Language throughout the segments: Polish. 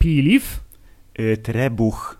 Piliw. Trebuch.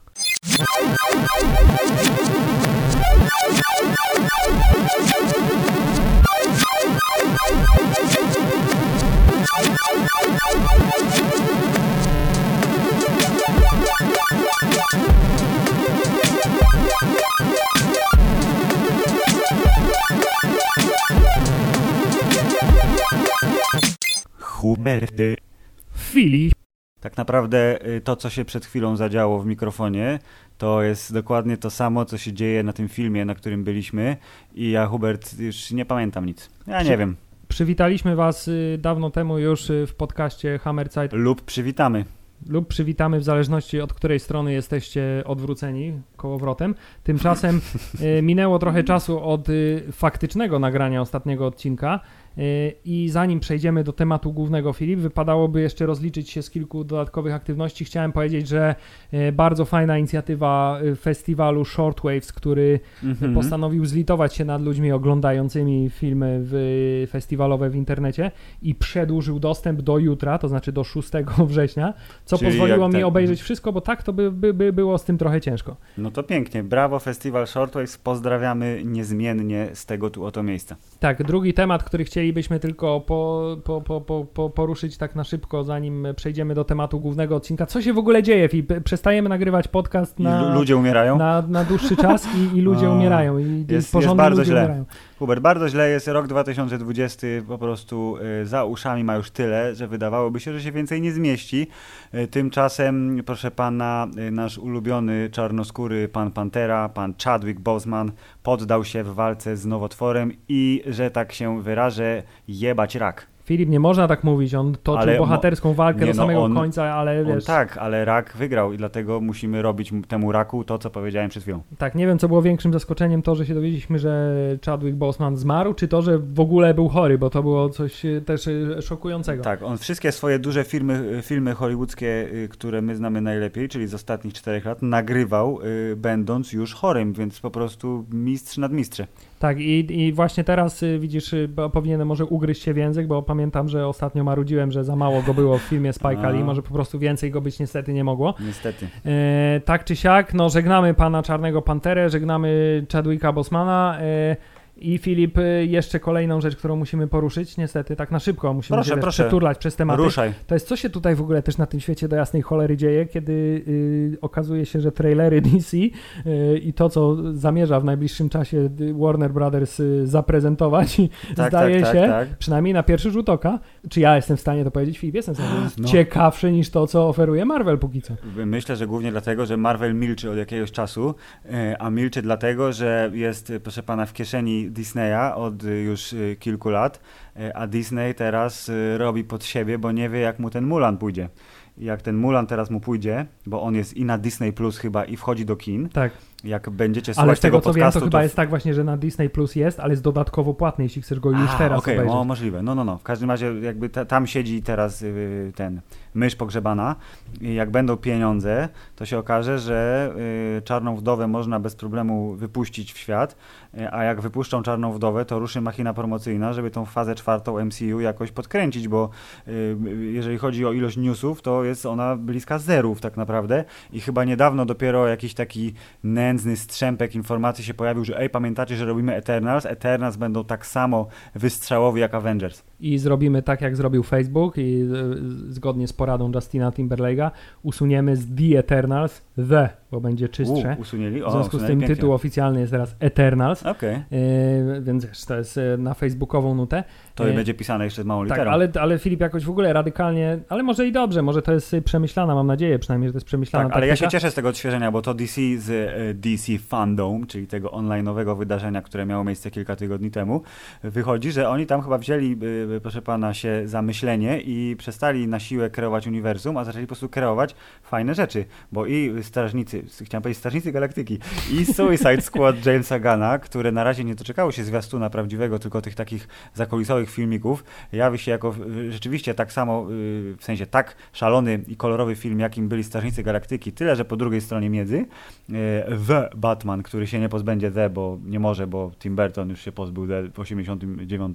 Huberty. Filip. Tak naprawdę to, co się przed chwilą zadziało w mikrofonie, to jest dokładnie to samo, co się dzieje na tym filmie, na którym byliśmy i ja, Hubert, już nie pamiętam nic. Ja nie wiem. Przywitaliśmy was dawno temu już w podcaście Hammerzeit. Lub przywitamy. Lub przywitamy w zależności od której strony jesteście odwróceni kołowrotem. Tymczasem minęło trochę czasu od faktycznego nagrania ostatniego odcinka i zanim przejdziemy do tematu głównego, Filip, wypadałoby jeszcze rozliczyć się z kilku dodatkowych aktywności. Chciałem powiedzieć, że bardzo fajna inicjatywa festiwalu Shortwaves, który postanowił zlitować się nad ludźmi oglądającymi filmy festiwalowe w internecie i przedłużył dostęp do jutra, to znaczy do 6 września, co Czyli pozwoliło mi obejrzeć wszystko, bo tak to by było z tym trochę ciężko. No to pięknie. Brawo, Festiwal Shortwaves. Pozdrawiamy niezmiennie z tego tu oto miejsca. Tak, drugi temat, który chcielibyśmy tylko poruszyć tak na szybko, zanim przejdziemy do tematu głównego odcinka. Co się w ogóle dzieje, Filip? Przestajemy nagrywać podcast ludzie umierają. Na dłuższy czas i ludzie umierają. Jest bardzo źle. Umierają. Hubert, bardzo źle jest. Rok 2020 po prostu za uszami ma już tyle, że wydawałoby się, że się więcej nie zmieści. Tymczasem, proszę pana, nasz ulubiony czarnoskóry pan Pantera, pan Chadwick Boseman poddał się w walce z nowotworem i, że tak się wyrażę, jebać rak. Filip, nie można tak mówić, on toczył bohaterską walkę do samego końca, ale wiesz... Tak, ale rak wygrał i dlatego musimy robić temu raku to, co powiedziałem przed chwilą. Tak, nie wiem, co było większym zaskoczeniem, to, że się dowiedzieliśmy, że Chadwick Boseman zmarł, czy to, że w ogóle był chory, bo to było coś też szokującego. Tak, on wszystkie swoje duże filmy hollywoodzkie, które my znamy najlepiej, czyli z ostatnich 4 lat, nagrywał będąc już chorym, więc po prostu mistrz nad mistrze. Tak, i właśnie teraz widzisz, powinienem może ugryźć się w język, bo pamiętam, że ostatnio marudziłem, że za mało go było w filmie Spike'a Lee, może po prostu więcej go być niestety nie mogło. Niestety. Tak czy siak, no żegnamy pana Czarnego Panterę, żegnamy Chadwicka Bosemana i Filip, jeszcze kolejną rzecz, którą musimy poruszyć, niestety tak na szybko, musimy się przeturlać przez tematy. Ruszaj. To jest, co się tutaj w ogóle też na tym świecie do jasnej cholery dzieje, kiedy okazuje się, że trailery DC i to, co zamierza w najbliższym czasie Warner Brothers zaprezentować, zdaje się, przynajmniej na pierwszy rzut oka, czy ja jestem w stanie to powiedzieć, Filip, jestem w stanie powiedzieć, ciekawsze niż to, co oferuje Marvel póki co. Myślę, że głównie dlatego, że Marvel milczy od jakiegoś czasu, a milczy dlatego, że jest, proszę pana, w kieszeni Disneya od już kilku lat, a Disney teraz robi pod siebie, bo nie wie, jak mu ten Mulan pójdzie. Jak ten Mulan teraz mu pójdzie, bo on jest i na Disney Plus chyba i wchodzi do kin. Tak. Jak będziecie słuchać ale z tego, tego podcastu, co wiem, to chyba jest tak właśnie, że na Disney Plus jest, ale jest dodatkowo płatny, jeśli chcesz go już teraz obejrzeć. Okej, możliwe. No. W każdym razie jakby tam siedzi teraz ten mysz pogrzebana i jak będą pieniądze, to się okaże, że Czarną Wdowę można bez problemu wypuścić w świat, a jak wypuszczą Czarną Wdowę, to ruszy machina promocyjna, żeby tą fazę 4 MCU jakoś podkręcić, bo jeżeli chodzi o ilość newsów, to jest ona bliska zerów tak naprawdę i chyba niedawno dopiero jakiś taki nędzny strzępek informacji się pojawił, że pamiętacie, że robimy Eternals będą tak samo wystrzałowi jak Avengers. I zrobimy tak, jak zrobił Facebook i zgodnie z poradą Justina Timberlake'a usuniemy z The Eternals bo będzie czystsze. Usunęli? W związku z tym pięknie. Tytuł oficjalny jest teraz Eternals. Okay. Więc wiesz, to jest na facebookową nutę. To będzie pisane jeszcze z małą literą. Tak, ale Filip jakoś w ogóle radykalnie, ale może i dobrze, może to jest przemyślana, mam nadzieję przynajmniej, że to jest przemyślana taktyka. Ale ja się cieszę z tego odświeżenia, bo to DC z DC Fandom, czyli tego online'owego wydarzenia, które miało miejsce kilka tygodni temu, wychodzi, że oni tam chyba wzięli, proszę pana, się za myślenie i przestali na siłę kreować uniwersum, a zaczęli po prostu kreować fajne rzeczy, bo i Strażnicy chciałem powiedzieć Strażnicy Galaktyki i Suicide Squad Jamesa Gunna, które na razie nie doczekało się zwiastuna prawdziwego, tylko tych takich zakulisowych filmików, jawi się jako rzeczywiście tak samo, w sensie tak szalony i kolorowy film, jakim byli Strażnicy Galaktyki, tyle, że po drugiej stronie miedzy The Batman, który się nie pozbędzie bo nie może, bo Tim Burton już się pozbył w 89,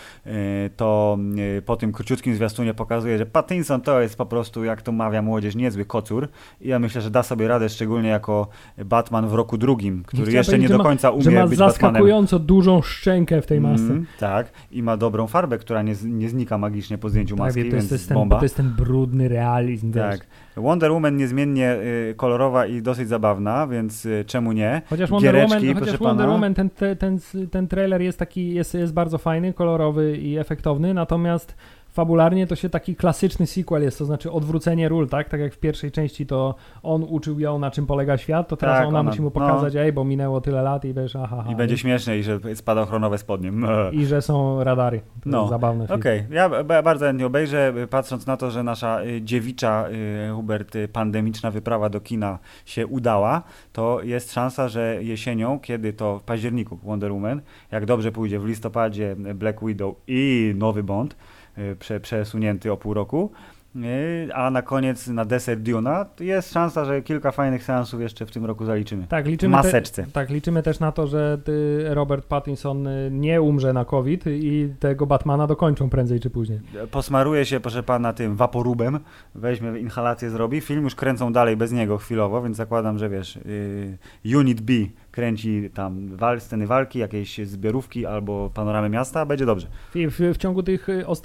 to po tym króciutkim zwiastunie pokazuje, że Pattinson to jest po prostu, jak to mawia młodzież, niezły kocur i ja myślę, że da sobie radę, szczególnie jako Batman w roku drugim, który jeszcze nie do końca umie być Batmanem. Że ma zaskakująco dużą szczękę w tej masce. Tak, i ma dobrą farbę, która nie znika magicznie po zdjęciu maski, tak, więc jest bomba. To jest ten brudny realizm. Tak. Wonder Woman niezmiennie kolorowa i dosyć zabawna, więc czemu nie? Chociaż Wonder Woman ten trailer jest taki, jest bardzo fajny, kolorowy i efektowny, natomiast fabularnie to się taki klasyczny sequel jest, to znaczy odwrócenie ról, tak? Tak jak w pierwszej części to on uczył ją, na czym polega świat, to teraz ona musi mu pokazać, bo minęło tyle lat i wiesz, I będzie śmieszne i że spadochronowe spodnie. I że są radary. To jest zabawne. Okej. Ja bardzo chętnie obejrzę, patrząc na to, że nasza dziewicza, Hubert, pandemiczna wyprawa do kina się udała, to jest szansa, że jesienią, kiedy to w październiku Wonder Woman, jak dobrze pójdzie w listopadzie Black Widow i nowy Bond, przesunięty o pół roku, a na koniec na deser Duna jest szansa, że kilka fajnych seansów jeszcze w tym roku zaliczymy. Tak, liczymy też na to, że Robert Pattinson nie umrze na COVID i tego Batmana dokończą prędzej czy później. Posmaruje się, proszę pana, tym waporubem, weźmie inhalację, zrobi. Film już kręcą dalej bez niego chwilowo, więc zakładam, że wiesz, Unit B kręci tam sceny walki, jakieś zbiorówki albo panoramę miasta, będzie dobrze. W ciągu tych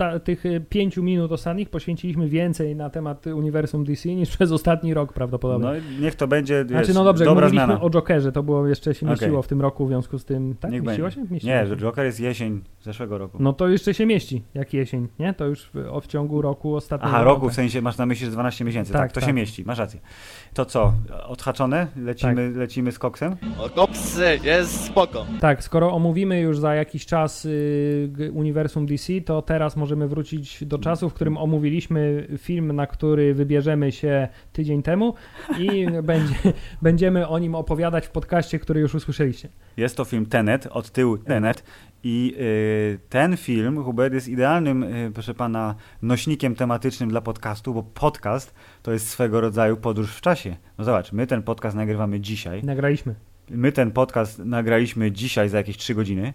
5 minut ostatnich poświęciliśmy więcej na temat uniwersum DC niż przez ostatni rok prawdopodobnie. No niech to będzie, wiesz, dobrze, dobra mówiliśmy zmiana. o Jokerze, to było jeszcze się mieściło w tym roku w związku z tym, tak? Mieściło się? Nie, że Joker jest jesień zeszłego roku. No to jeszcze się mieści, jak jesień, nie? To już w ciągu roku ostatniego. Aha, roku, w sensie masz na myśli, że 12 miesięcy, tak, to się mieści, masz rację. To co, odhaczone? Lecimy z koksem? Koksy, jest spoko. Tak, skoro omówimy już za jakiś czas uniwersum DC, to teraz możemy wrócić do czasu, w którym omówiliśmy film, na który wybierzemy się tydzień temu i będziemy o nim opowiadać w podcaście, który już usłyszeliście. Jest to film Tenet, od tyłu Tenet i ten film, Hubert, jest idealnym, proszę pana, nośnikiem tematycznym dla podcastu, bo podcast to jest swego rodzaju podróż w czasie. No zobacz, my ten podcast nagrywamy dzisiaj. My ten podcast nagraliśmy dzisiaj za jakieś 3 godziny.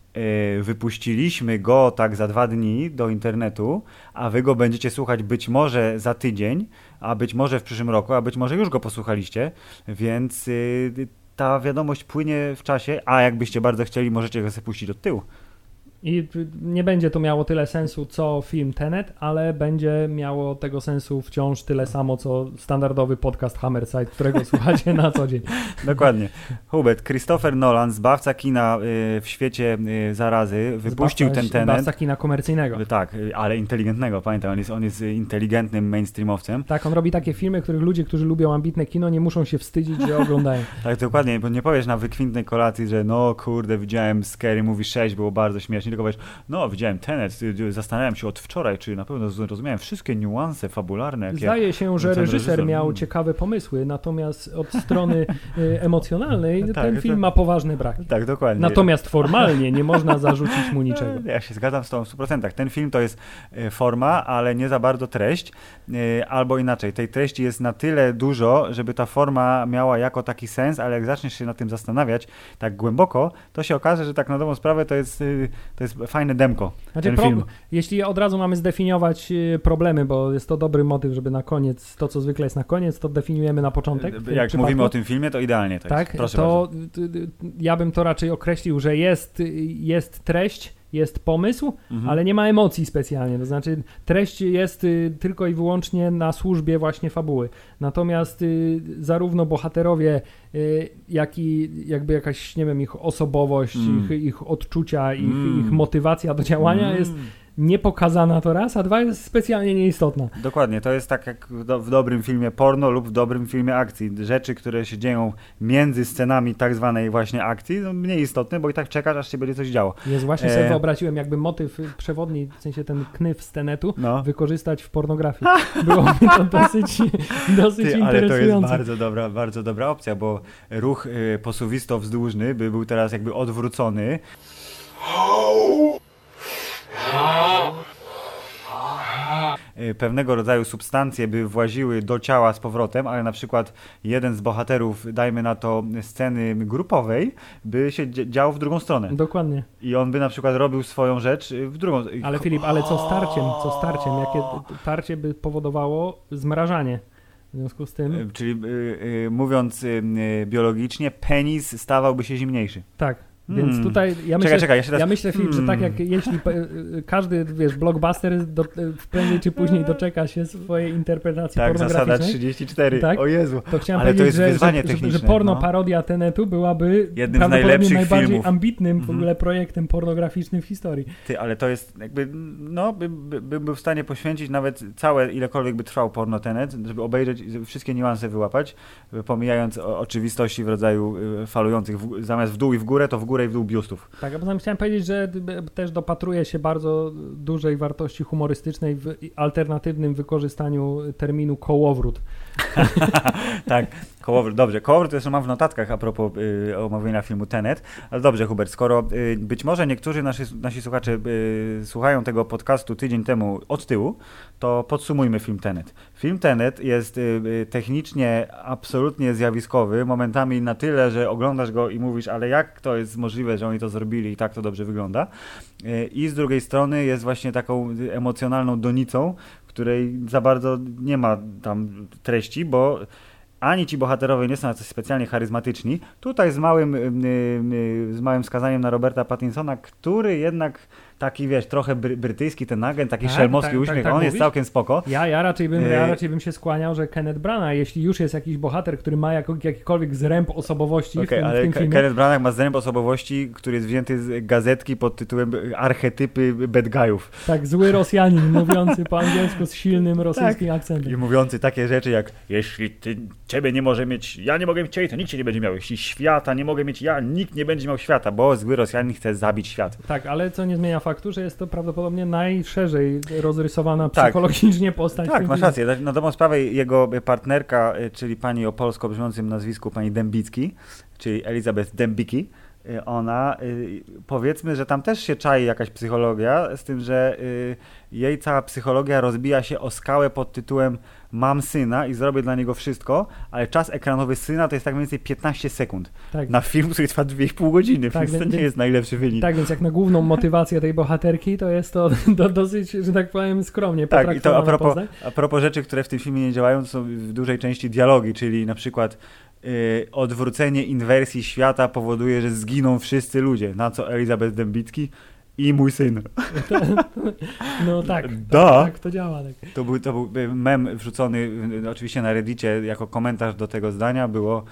Wypuściliśmy go tak za 2 dni do internetu, a wy go będziecie słuchać być może za tydzień, a być może w przyszłym roku, a być może już go posłuchaliście, więc ta wiadomość płynie w czasie, a jakbyście bardzo chcieli, możecie go sobie puścić od tyłu. I nie będzie to miało tyle sensu, co film Tenet, ale będzie miało tego sensu wciąż tyle samo, co standardowy podcast Hammerside, którego słuchacie na co dzień. Dokładnie. Hubert, Christopher Nolan, zbawca kina w świecie zarazy, wypuścił ten Tenet. Zbawca kina komercyjnego. Tak, ale inteligentnego, pamiętaj, on jest inteligentnym mainstreamowcem. Tak, on robi takie filmy, których ludzie, którzy lubią ambitne kino, nie muszą się wstydzić, że oglądają. Tak, dokładnie, bo nie powiesz na wykwintnej kolacji, że no kurde, widziałem Scary Movie 6, było bardzo śmiesznie, tylko powiesz, no widziałem Tenet, zastanawiałem się od wczoraj, czy na pewno zrozumiałem wszystkie niuanse fabularne. Zdaje się, że reżyser miał ciekawe pomysły, natomiast od strony emocjonalnej ten film ma poważne braki. Tak, dokładnie. Natomiast formalnie nie można zarzucić mu niczego. Ja się zgadzam z tobą w 100%. Ten film to jest forma, ale nie za bardzo treść, albo inaczej, tej treści jest na tyle dużo, żeby ta forma miała jako taki sens, ale jak zaczniesz się nad tym zastanawiać tak głęboko, to się okaże, że tak na dobrą sprawę to jest fajne demko, ten film. Jeśli od razu mamy zdefiniować problemy, bo jest to dobry motyw, żeby na koniec, to co zwykle jest na koniec, to definiujemy na początek. Jak mówimy o tym filmie, to idealnie to tak, jest. Proszę to bardzo. Ja bym to raczej określił, że jest treść, jest pomysł, ale nie ma emocji specjalnie, to znaczy treść jest tylko i wyłącznie na służbie właśnie fabuły. Natomiast zarówno bohaterowie, jak i jakby jakaś, nie wiem, ich osobowość, ich odczucia, ich motywacja do działania jest nie pokazana to raz, a dwa jest specjalnie nieistotna. Dokładnie, to jest tak jak w dobrym filmie porno lub w dobrym filmie akcji. Rzeczy, które się dzieją między scenami tak zwanej właśnie akcji, no mniej istotne, bo i tak czekasz, aż się będzie coś działo. Jest właśnie sobie wyobraziłem, jakby motyw przewodni, w sensie ten knyf z Tenetu, wykorzystać w pornografii. Byłoby to dosyć interesujące. Ale to jest bardzo dobra opcja, bo ruch posuwisto-wzdłużny by był teraz jakby odwrócony. Pewnego rodzaju substancje by właziły do ciała z powrotem, ale na przykład jeden z bohaterów, dajmy na to sceny grupowej, by się działo w drugą stronę. Dokładnie. I on by na przykład robił swoją rzecz w drugą. Ale Filip, ale co starciem? Jakie tarcie by powodowało zmrażanie? W związku z tym... Czyli mówiąc biologicznie, penis stawałby się zimniejszy. Tak. Więc tutaj ja myślę, Filip, że tak jak jeśli każdy, blockbuster prędzej czy później doczeka się swojej interpretacji pornograficznej. Tak, zasada 34, tak? O Jezu. To chciałem powiedzieć, to jest wyzwanie techniczne. Że porno parodia Tenetu byłaby jednym z najlepszych najbardziej filmów. Ambitnym w ogóle projektem pornograficznym w historii. Ale to jest jakby, bym był w stanie poświęcić nawet całe, ilekolwiek by trwał porno Tenet, żeby obejrzeć, wszystkie niuanse wyłapać, pomijając oczywistości w rodzaju falujących zamiast w dół i w górę, to w górę i w dół biustów. Tak, a potem chciałem powiedzieć, że też dopatruje się bardzo dużej wartości humorystycznej w alternatywnym wykorzystaniu terminu kołowrót. Tak, kołowrót, dobrze. Kołowrót też mam w notatkach a propos omawiania filmu Tenet, ale dobrze, Hubert, skoro być może niektórzy nasi słuchacze słuchają tego podcastu tydzień temu od tyłu, to podsumujmy film Tenet. Film Tenet jest technicznie absolutnie zjawiskowy, momentami na tyle, że oglądasz go i mówisz, ale jak to jest możliwe, że oni to zrobili i tak to dobrze wygląda. I z drugiej strony jest właśnie taką emocjonalną donicą, której za bardzo nie ma tam treści, bo ani ci bohaterowie nie są jakoś specjalnie charyzmatyczni. Tutaj z małym wskazaniem na Roberta Pattinsona, który jednak taki, trochę brytyjski ten agent, taki szelmowski uśmiech, on jest całkiem spoko. Ja raczej bym się skłaniał, że Kenneth Branagh, jeśli już jest jakiś bohater, który ma jakikolwiek zręb osobowości w tym filmie. Kenneth Branagh ma zręb osobowości, który jest wzięty z gazetki pod tytułem Archetypy bad guyów. Tak, zły Rosjanin, mówiący po angielsku z silnym rosyjskim akcentem. I mówiący takie rzeczy jak, jeśli ciebie nie może mieć, ja nie mogę mieć ciebie, to nikt cię nie będzie miał. Jeśli świata nie mogę mieć ja, nikt nie będzie miał świata, bo zły Rosjanin chce zabić świat. Tak, ale co nie zmienia faktu, że jest to prawdopodobnie najszerzej rozrysowana psychologicznie postać. Tak, masz rację. Na dobrą sprawę jego partnerka, czyli pani o polsko brzmiącym nazwisku, pani Dębicki, czyli Elizabeth Dębicki, ona, powiedzmy, że tam też się czai jakaś psychologia, z tym, że jej cała psychologia rozbija się o skałę pod tytułem mam syna i zrobię dla niego wszystko, ale czas ekranowy syna to jest tak mniej więcej 15 sekund. Tak. Na film, który trwa 2,5 godziny, więc to nie jest najlepszy wynik. Tak, więc jak na główną motywację tej bohaterki, to jest to dosyć, że tak powiem, skromnie potraktowana. Tak, i to a propos rzeczy, które w tym filmie nie działają, to są w dużej części dialogi, czyli na przykład odwrócenie inwersji świata powoduje, że zginą wszyscy ludzie, na co Elizabeth Dębicki i mój syn. No tak, tak to działa. Tak. To był mem wrzucony oczywiście na Reddicie jako komentarz do tego zdania.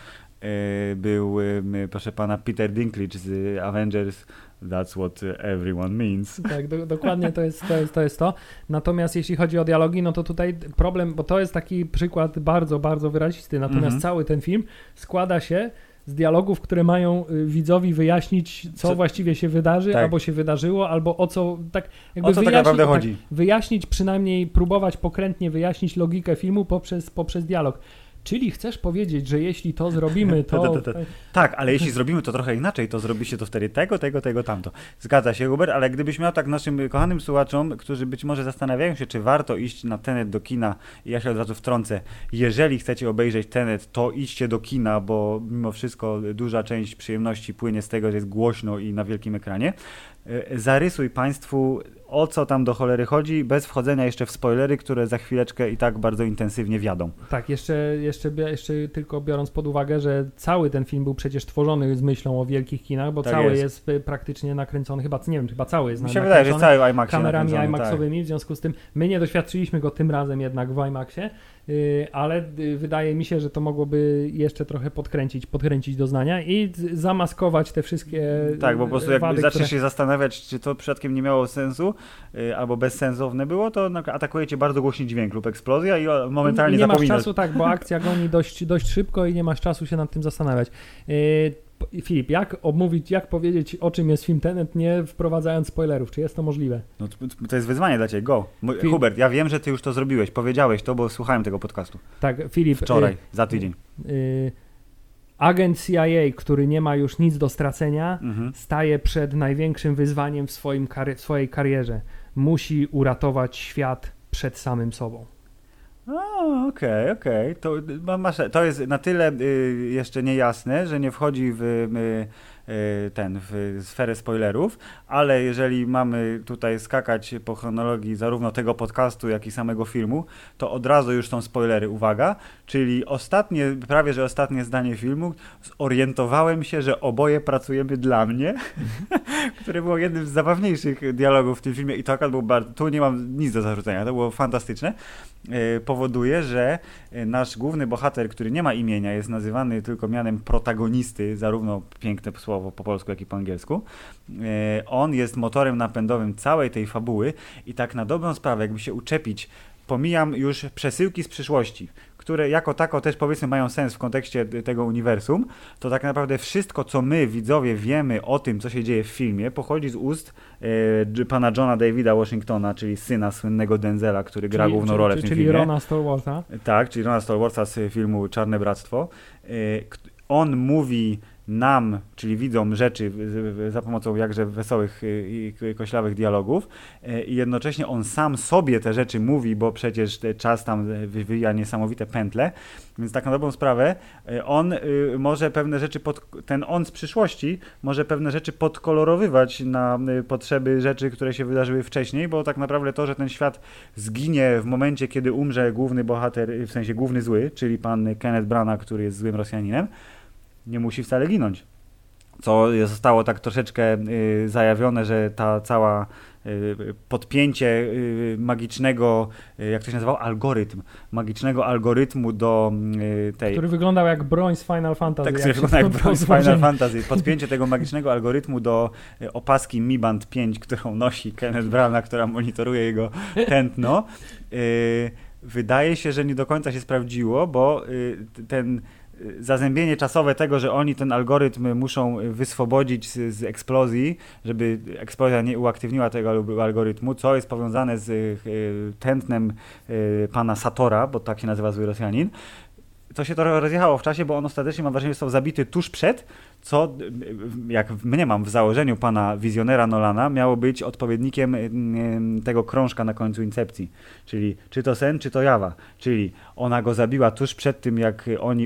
Był, proszę pana, Peter Dinklage z Avengers. That's what everyone means. Tak, dokładnie to jest to. Natomiast jeśli chodzi o dialogi, no to tutaj problem, bo to jest taki przykład bardzo, bardzo wyrazisty. Natomiast cały ten film składa się z dialogów, które mają widzowi wyjaśnić, co właściwie się wydarzy, albo się wydarzyło, albo o co tak jakby tak naprawdę chodzi. Wyjaśnić, przynajmniej próbować pokrętnie wyjaśnić logikę filmu poprzez dialog. Czyli chcesz powiedzieć, że jeśli to zrobimy, to... Tak, ale jeśli zrobimy to trochę inaczej, to zrobi się to wtedy tego, tamto. Zgadza się, Hubert, ale gdybyś miał tak naszym kochanym słuchaczom, którzy być może zastanawiają się, czy warto iść na Tenet do kina, i ja się od razu wtrącę, jeżeli chcecie obejrzeć Tenet, to idźcie do kina, bo mimo wszystko duża część przyjemności płynie z tego, że jest głośno i na wielkim ekranie. Zarysuj Państwu, o co tam do cholery chodzi, bez wchodzenia jeszcze w spoilery, które za chwileczkę i tak bardzo intensywnie wjadą. Tak, jeszcze tylko biorąc pod uwagę, że cały ten film był przecież tworzony z myślą o wielkich kinach, bo cały jest praktycznie nakręcony, chyba cały jest mi się wydaje, że cały w IMAXie kamerami IMAXowymi, w związku z tym my nie doświadczyliśmy go tym razem jednak w IMAXie, ale wydaje mi się, że to mogłoby jeszcze trochę podkręcić doznania i zamaskować te wszystkie tak, bo po prostu jak zaczniesz się zastanawiać, zastanawiać, czy to przypadkiem nie miało sensu, albo bezsensowne było, to atakuje cię bardzo głośny dźwięk lub eksplozja i momentalnie nie masz zapominasz. czasu, tak, bo akcja goni dość szybko i nie masz czasu się nad tym zastanawiać. Filip, jak powiedzieć, o czym jest film Tenet, nie wprowadzając spoilerów? Czy jest to możliwe? No to jest wyzwanie dla ciebie, go. Hubert, ja wiem, że ty już to zrobiłeś, powiedziałeś to, bo słuchałem tego podcastu. Tak, Filip. Wczoraj, za tydzień. Agent CIA, który nie ma już nic do stracenia, staje przed największym wyzwaniem w swojej karierze. Musi uratować świat przed samym sobą. Okej. To jest na tyle jeszcze niejasne, że nie wchodzi w sferę spoilerów, ale jeżeli mamy tutaj skakać po chronologii zarówno tego podcastu, jak i samego filmu, to od razu już są spoilery, uwaga, czyli prawie że ostatnie zdanie filmu, zorientowałem się, że oboje pracujemy dla mnie, które było jednym z zabawniejszych dialogów w tym filmie i to akurat było tu nie mam nic do zarzucenia, to było fantastyczne, powoduje, że nasz główny bohater, który nie ma imienia, jest nazywany tylko mianem protagonisty, zarówno piękne słowo po polsku, jak i po angielsku. On jest motorem napędowym całej tej fabuły i tak na dobrą sprawę, jakby się uczepić, pomijam już przesyłki z przyszłości, które jako tako też powiedzmy mają sens w kontekście tego uniwersum, to tak naprawdę wszystko, co my, widzowie, wiemy o tym, co się dzieje w filmie, pochodzi z ust pana Johna Davida Washingtona, czyli syna słynnego Denzela, który gra główną rolę w tym filmie. Czyli Rona Stallwortha. Tak, czyli Rona Stallwortha z filmu Czarne Bractwo. On mówi nam, czyli widzom, rzeczy za pomocą jakże wesołych i koślawych dialogów i jednocześnie on sam sobie te rzeczy mówi, bo przecież czas tam wywija niesamowite pętle, więc tak na dobrą sprawę on może pewne rzeczy, on z przyszłości może pewne rzeczy podkolorowywać na potrzeby rzeczy, które się wydarzyły wcześniej, bo tak naprawdę to, że ten świat zginie w momencie, kiedy umrze główny bohater, w sensie główny zły, czyli pan Kenneth Branagh, który jest złym Rosjaninem, nie musi wcale ginąć. Co zostało tak troszeczkę zajawione, że ta cała podpięcie magicznego, jak to się nazywał? Magicznego algorytmu do tej... Który wyglądał jak broń z Final Fantasy. Tak, który wyglądał jak broń z Final Fantasy. Podpięcie tego magicznego algorytmu do opaski Mi Band 5, którą nosi Kenneth Branagh, która monitoruje jego tętno. Wydaje się, że nie do końca się sprawdziło, bo ten zazębienie czasowe tego, że oni ten algorytm muszą wyswobodzić z eksplozji, żeby eksplozja nie uaktywniła tego algorytmu, co jest powiązane z tętnem pana Satora, bo tak się nazywa zły Rosjanin. To się trochę rozjechało w czasie, bo on ostatecznie, mam wrażenie, został zabity tuż przed, co, jak mniemam, w założeniu pana wizjonera Nolana miało być odpowiednikiem tego krążka na końcu Incepcji. Czyli czy to sen, czy to jawa. Czyli ona go zabiła tuż przed tym, jak oni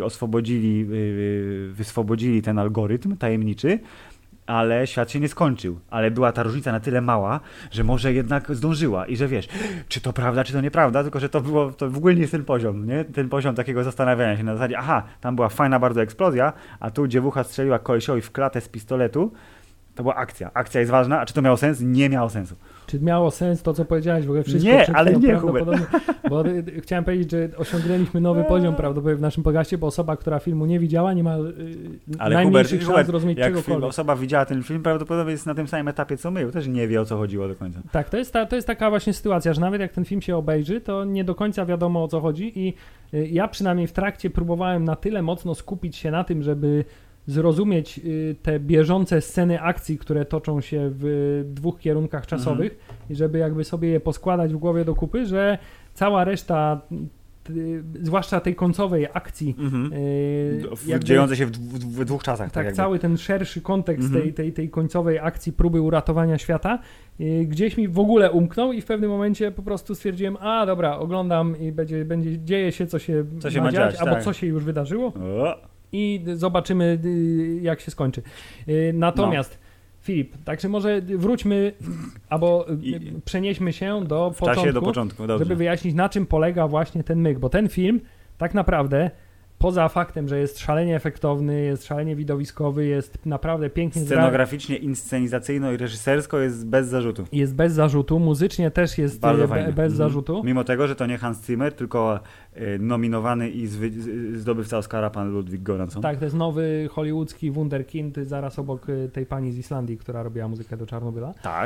wyswobodzili ten algorytm tajemniczy, ale świat się nie skończył. Ale była ta różnica na tyle mała, że może jednak zdążyła i że wiesz, czy to prawda, czy to nieprawda, tylko że to w ogóle nie jest ten poziom, nie? Ten poziom takiego zastanawiania się na zasadzie, aha, tam była fajna bardzo eksplozja, a tu dziewucha strzeliła kolesiowi w klatę z pistoletu. To była akcja. Akcja jest ważna, a czy to miało sens? Nie miało sensu. Czy miało sens to, co powiedziałeś? W ogóle wszystko nie, ale nie, prawdopodobnie. Bo chciałem powiedzieć, że osiągnęliśmy nowy poziom prawdopodobnie w naszym podcaście, bo osoba, która filmu nie widziała, nie ma najmniejszych szans zrozumieć czegokolwiek. Osoba widziała ten film, prawdopodobnie jest na tym samym etapie, co my. Też nie wie, o co chodziło do końca. Tak, to jest taka właśnie sytuacja, że nawet jak ten film się obejrzy, to nie do końca wiadomo, o co chodzi i ja przynajmniej w trakcie próbowałem na tyle mocno skupić się na tym, żeby zrozumieć te bieżące sceny akcji, które toczą się w dwóch kierunkach czasowych i żeby jakby sobie je poskładać w głowie do kupy, że cała reszta, zwłaszcza tej końcowej akcji, dziejącej się w dwóch czasach. Tak, cały ten szerszy kontekst tej końcowej akcji próby uratowania świata gdzieś mi w ogóle umknął i w pewnym momencie po prostu stwierdziłem, dobra, oglądam i dzieje się, co się ma dziać, albo co się już wydarzyło. I zobaczymy, jak się skończy. Natomiast, Filip, także może wróćmy, albo przenieśmy się do początku, dobrze, żeby wyjaśnić, na czym polega właśnie ten myk, bo ten film tak naprawdę poza faktem, że jest szalenie efektowny, jest szalenie widowiskowy, jest naprawdę pięknie scenograficznie, inscenizacyjno i reżysersko jest bez zarzutu. Jest bez zarzutu, muzycznie też jest bez zarzutu. Mimo tego, że to nie Hans Zimmer, tylko nominowany i zdobywca Oscara pan Ludwig Göransson. Tak, to jest nowy hollywoodzki wunderkind zaraz obok tej pani z Islandii, która robiła muzykę do Czarnobyla. Tak.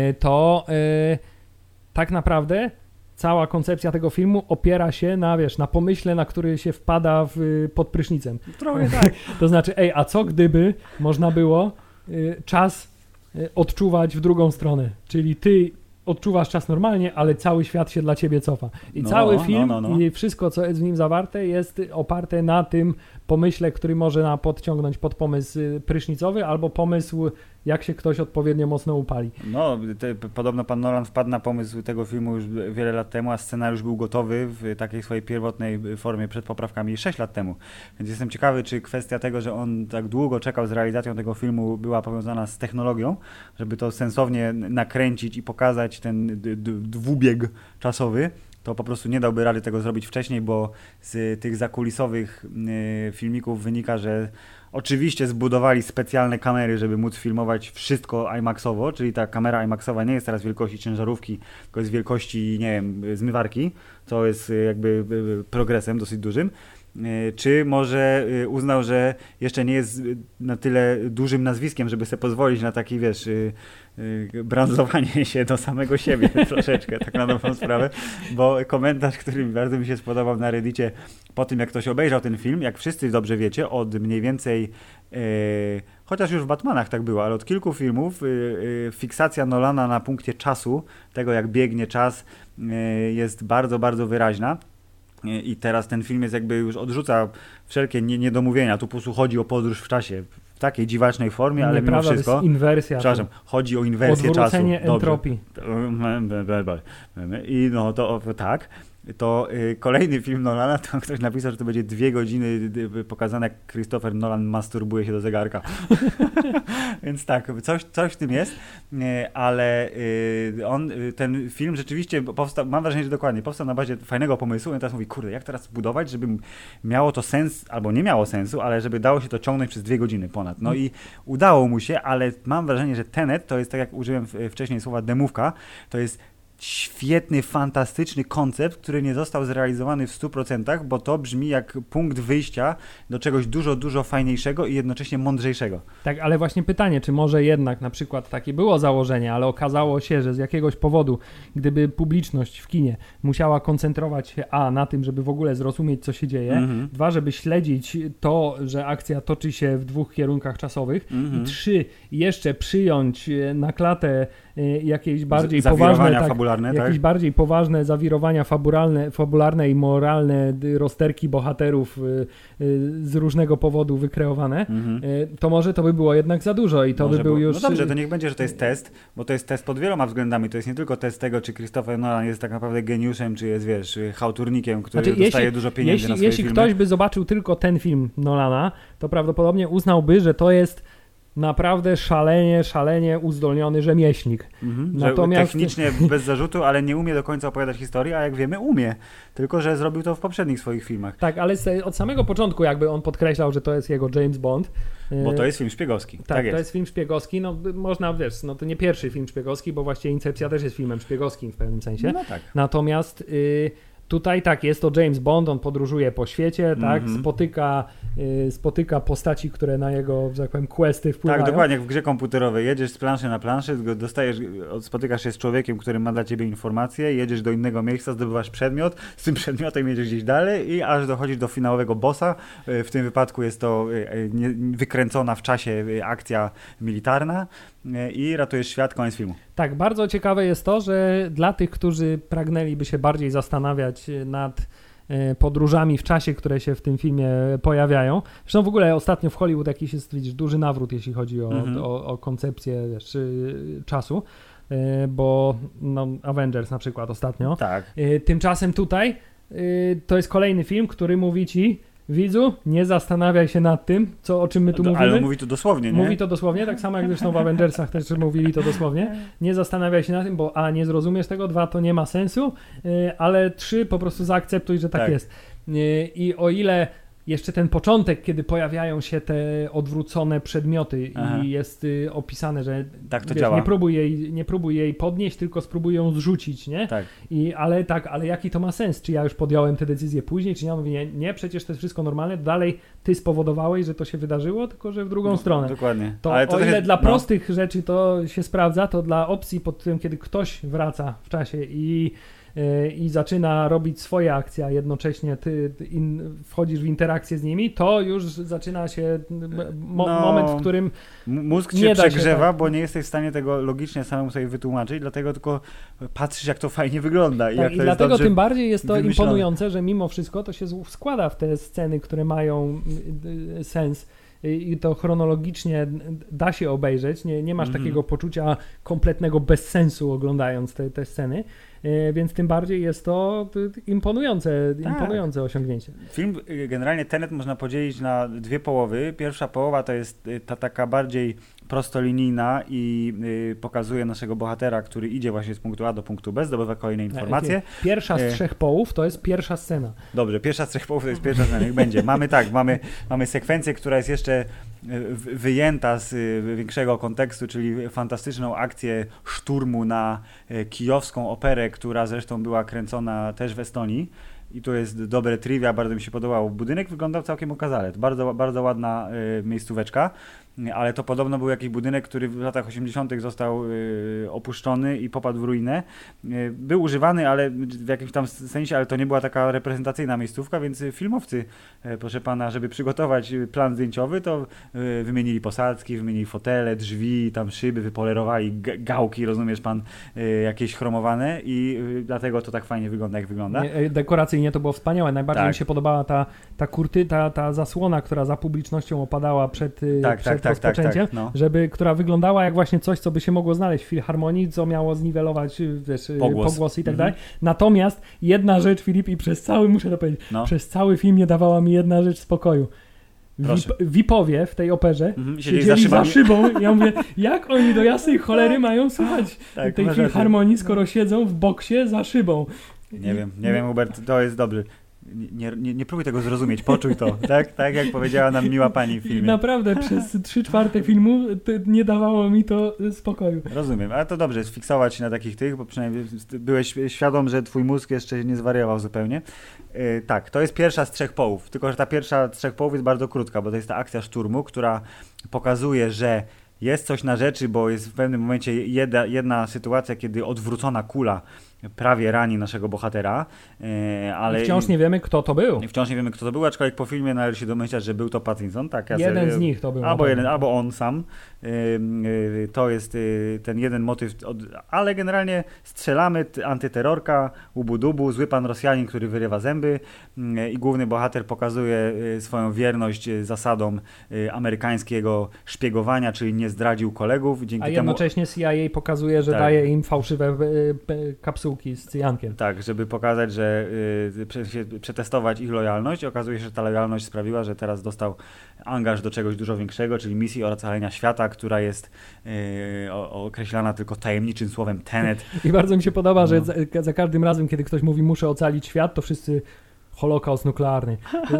Tak naprawdę cała koncepcja tego filmu opiera się na pomyśle, na który się wpada pod prysznicem. Trochę tak. To znaczy, a co gdyby można było czas odczuwać w drugą stronę? Czyli ty odczuwasz czas normalnie, ale cały świat się dla ciebie cofa. I cały film i wszystko, co jest w nim zawarte, jest oparte na tym pomyśle, który może podciągnąć pod pomysł prysznicowy albo pomysł, jak się ktoś odpowiednio mocno upali. Podobno pan Nolan wpadł na pomysł tego filmu już wiele lat temu, a scenariusz był gotowy w takiej swojej pierwotnej formie przed poprawkami 6 lat temu. Więc jestem ciekawy, czy kwestia tego, że on tak długo czekał z realizacją tego filmu, była powiązana z technologią, żeby to sensownie nakręcić i pokazać ten dwubieg czasowy. To po prostu nie dałby rady tego zrobić wcześniej, bo z tych zakulisowych filmików wynika, że oczywiście zbudowali specjalne kamery, żeby móc filmować wszystko IMAX-owo, czyli ta kamera IMAX-owa nie jest teraz wielkości ciężarówki, tylko jest wielkości, nie wiem, zmywarki, co jest jakby progresem dosyć dużym. Czy może uznał, że jeszcze nie jest na tyle dużym nazwiskiem, żeby sobie pozwolić na taki, branżowanie się do samego siebie troszeczkę, tak na dobrą sprawę, bo komentarz, który bardzo mi się spodobał na Reddicie po tym, jak ktoś obejrzał ten film, jak wszyscy dobrze wiecie, od mniej więcej, chociaż już w Batmanach tak było, ale od kilku filmów fiksacja Nolana na punkcie czasu, tego jak biegnie czas, jest bardzo, bardzo wyraźna. I teraz ten film jest jakby już odrzuca wszelkie niedomówienia. Tu po prostu chodzi o podróż w czasie. W takiej dziwacznej formie, ale mimo wszystko... To jest inwersja. Przepraszam, chodzi o inwersję czasu. Odwrócenie entropii. I to tak. To kolejny film Nolana, to ktoś napisał, że to będzie 2 godziny pokazane, jak Christopher Nolan masturbuje się do zegarka. Więc tak, coś w tym jest, ale ten film rzeczywiście powstał, mam wrażenie, że dokładnie, powstał na bazie fajnego pomysłu i teraz mówi, kurde, jak teraz zbudować, żeby miało to sens, albo nie miało sensu, ale żeby dało się to ciągnąć przez 2 godziny ponad. No i udało mu się, ale mam wrażenie, że Tenet to jest, tak jak użyłem wcześniej słowa demówka, to jest świetny, fantastyczny koncept, który nie został zrealizowany w 100%, bo to brzmi jak punkt wyjścia do czegoś dużo, dużo fajniejszego i jednocześnie mądrzejszego. Tak, ale właśnie pytanie, czy może jednak na przykład takie było założenie, ale okazało się, że z jakiegoś powodu, gdyby publiczność w kinie musiała koncentrować się na tym, żeby w ogóle zrozumieć, co się dzieje, 2, żeby śledzić to, że akcja toczy się w 2 kierunkach czasowych i 3, jeszcze przyjąć na klatę jakieś bardziej poważne, jakieś bardziej poważne zawirowania fabularne i moralne rozterki bohaterów z różnego powodu wykreowane, to może to by było jednak za dużo i to może by był już... No dobrze, to niech będzie, że to jest test, bo to jest test pod wieloma względami. To jest nie tylko test tego, czy Christopher Nolan jest tak naprawdę geniuszem, czy jest, chałturnikiem, który dostaje dużo pieniędzy na swoje filmy. Jeśli ktoś by zobaczył tylko ten film Nolana, to prawdopodobnie uznałby, że to jest naprawdę szalenie uzdolniony rzemieślnik. Natomiast... Technicznie bez zarzutu, ale nie umie do końca opowiadać historii, a jak wiemy umie. Tylko że zrobił to w poprzednich swoich filmach. Tak, ale od samego początku jakby on podkreślał, że to jest jego James Bond. Bo to jest film szpiegowski. Tak to jest film szpiegowski. No można, to nie pierwszy film szpiegowski, bo właściwie Incepcja też jest filmem szpiegowskim w pewnym sensie. No tak. Natomiast... Tutaj tak, jest to James Bond, on podróżuje po świecie, tak, spotyka postaci, które na jego, że tak powiem, questy wpływają. Tak, dokładnie, jak w grze komputerowej. Jedziesz z planszy na planszę, spotykasz się z człowiekiem, który ma dla ciebie informacje, jedziesz do innego miejsca, zdobywasz przedmiot, z tym przedmiotem jedziesz gdzieś dalej i aż dochodzisz do finałowego bossa. W tym wypadku jest to wykręcona w czasie akcja militarna i ratujesz świat, koniec filmu. Tak, bardzo ciekawe jest to, że dla tych, którzy pragnęliby się bardziej zastanawiać nad podróżami w czasie, które się w tym filmie pojawiają. Zresztą w ogóle ostatnio w Hollywood jakiś jest duży nawrót, jeśli chodzi o koncepcję czasu, bo Avengers na przykład ostatnio. Tak. Tymczasem tutaj to jest kolejny film, który mówi ci, widzu, nie zastanawiaj się nad tym, o czym my tu mówimy. Ale mówi to dosłownie, nie? Mówi to dosłownie, tak samo jak zresztą w Avengersach też mówili to dosłownie. Nie zastanawiaj się nad tym, bo nie zrozumiesz tego, 2, to nie ma sensu, ale 3, po prostu zaakceptuj, że tak jest. I o ile jeszcze ten początek, kiedy pojawiają się te odwrócone przedmioty i jest opisane, że tak to działa. Nie próbuj jej podnieść, tylko spróbuj ją zrzucić, nie? Tak. Ale jaki to ma sens? Czy ja już podjąłem tę decyzję później, czy nie? On mówi, nie, przecież to jest wszystko normalne, dalej ty spowodowałeś, że to się wydarzyło, tylko że w drugą stronę. Dokładnie. Ale to o ile dla prostych rzeczy to się sprawdza, to dla opcji pod tym, kiedy ktoś wraca w czasie i zaczyna robić swoje akcje, a jednocześnie ty wchodzisz w interakcję z nimi, to już zaczyna się moment, w którym mózg cię przegrzewa, bo nie jesteś w stanie tego logicznie samemu sobie wytłumaczyć, dlatego tylko patrzysz, jak to fajnie wygląda. I dlatego tym bardziej jest to imponujące, że mimo wszystko to się składa w te sceny, które mają sens. I to chronologicznie da się obejrzeć, nie masz takiego poczucia kompletnego bezsensu oglądając te sceny, więc tym bardziej jest to imponujące osiągnięcie. Film, generalnie Tenet można podzielić na dwie połowy. Pierwsza połowa to jest ta taka bardziej prostolinijna i pokazuje naszego bohatera, który idzie właśnie z punktu A do punktu B, zdobywa kolejne informacje. Pierwsza z trzech połów to jest pierwsza scena. Dobrze, pierwsza z trzech połów to jest pierwsza scena, niech będzie. Mamy sekwencję, która jest jeszcze wyjęta z większego kontekstu, czyli fantastyczną akcję szturmu na kijowską operę, która zresztą była kręcona też w Estonii. I tu jest dobre trivia, bardzo mi się podobało. Budynek wyglądał całkiem okazale. Bardzo, bardzo ładna miejscóweczka, ale to podobno był jakiś budynek, który w latach 80. został opuszczony i popadł w ruinę. Był używany, ale w jakimś tam sensie, ale to nie była taka reprezentacyjna miejscówka, więc filmowcy, proszę pana, żeby przygotować plan zdjęciowy, to wymienili posadzki, wymienili fotele, drzwi, tam szyby, wypolerowali gałki, rozumiesz pan, jakieś chromowane i dlatego to tak fajnie wygląda, jak wygląda. Dekoracyjnie to było wspaniałe. Najbardziej mi się podobała ta zasłona, która za publicznością opadała przed rozpoczęciem, która wyglądała jak właśnie coś, co by się mogło znaleźć w filharmonii, co miało zniwelować pogłosy i tak dalej. Natomiast jedna rzecz, Filip, i muszę to powiedzieć, przez cały film nie dawała mi jedna rzecz spokoju. VIP-owie w tej operze siedzieli za szybą. Ja mówię, jak oni do jasnej cholery mają słuchać tej filharmonii, skoro siedzą w boksie za szybą. Nie wiem, Hubert, to jest dobry. Nie próbuj tego zrozumieć, poczuj to, tak jak powiedziała nam miła pani w filmie. Naprawdę, przez 3/4 filmu nie dawało mi to spokoju. Rozumiem, ale to dobrze, sfiksować się na takich bo przynajmniej byłeś świadom, że twój mózg jeszcze nie zwariował zupełnie. Tak, to jest pierwsza z trzech połów, tylko że ta pierwsza z trzech połów jest bardzo krótka, bo to jest ta akcja szturmu, która pokazuje, że jest coś na rzeczy, bo jest w pewnym momencie jedna sytuacja, kiedy odwrócona kula prawie rani naszego bohatera, ale... I wciąż nie wiemy, kto to był. Aczkolwiek po filmie należy się domyślać, że był to Pattinson. Tak, jeden z nich to był. Albo on sam. To jest ten jeden motyw, ale generalnie strzelamy, antyterrorka, ubu-dubu, zły pan Rosjanin, który wyrywa zęby i główny bohater pokazuje swoją wierność zasadom amerykańskiego szpiegowania, czyli nie zdradził kolegów. A jednocześnie CIA pokazuje, że daje im fałszywe kapsułki z cyjankiem. Tak, żeby pokazać, że przetestować ich lojalność. Okazuje się, że ta lojalność sprawiła, że teraz dostał angaż do czegoś dużo większego, czyli misji ocalenia świata, która jest określana tylko tajemniczym słowem Tenet. I bardzo mi się podoba, że za każdym razem, kiedy ktoś mówi muszę ocalić świat, to wszyscy Holokaust nuklearny.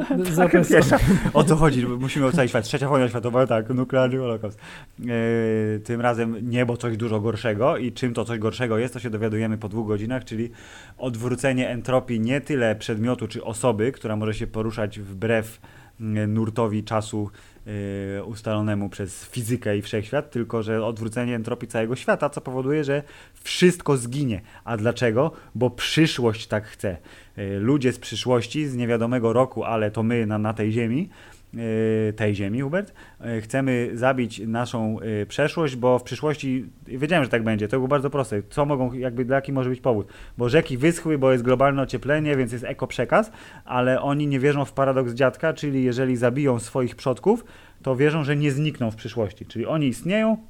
O co chodzi? Musimy ocalić świat. Trzecia wojna światowa, tak, nuklearny Holokaust. Tym razem niebo coś dużo gorszego i czym to coś gorszego jest, to się dowiadujemy po 2 godzinach, czyli odwrócenie entropii nie tyle przedmiotu czy osoby, która może się poruszać wbrew nurtowi czasu ustalonemu przez fizykę i wszechświat, tylko że odwrócenie entropii całego świata, co powoduje, że wszystko zginie. A dlaczego? Bo przyszłość tak chce. Ludzie z przyszłości, z niewiadomego roku, ale to my na tej ziemi, Hubert, chcemy zabić naszą przeszłość, bo w przyszłości, wiedziałem, że tak będzie, to było bardzo proste, jaki może być powód, bo rzeki wyschły, bo jest globalne ocieplenie, więc jest ekoprzekaz, ale oni nie wierzą w paradoks dziadka, czyli jeżeli zabiją swoich przodków, to wierzą, że nie znikną w przyszłości, czyli oni istnieją,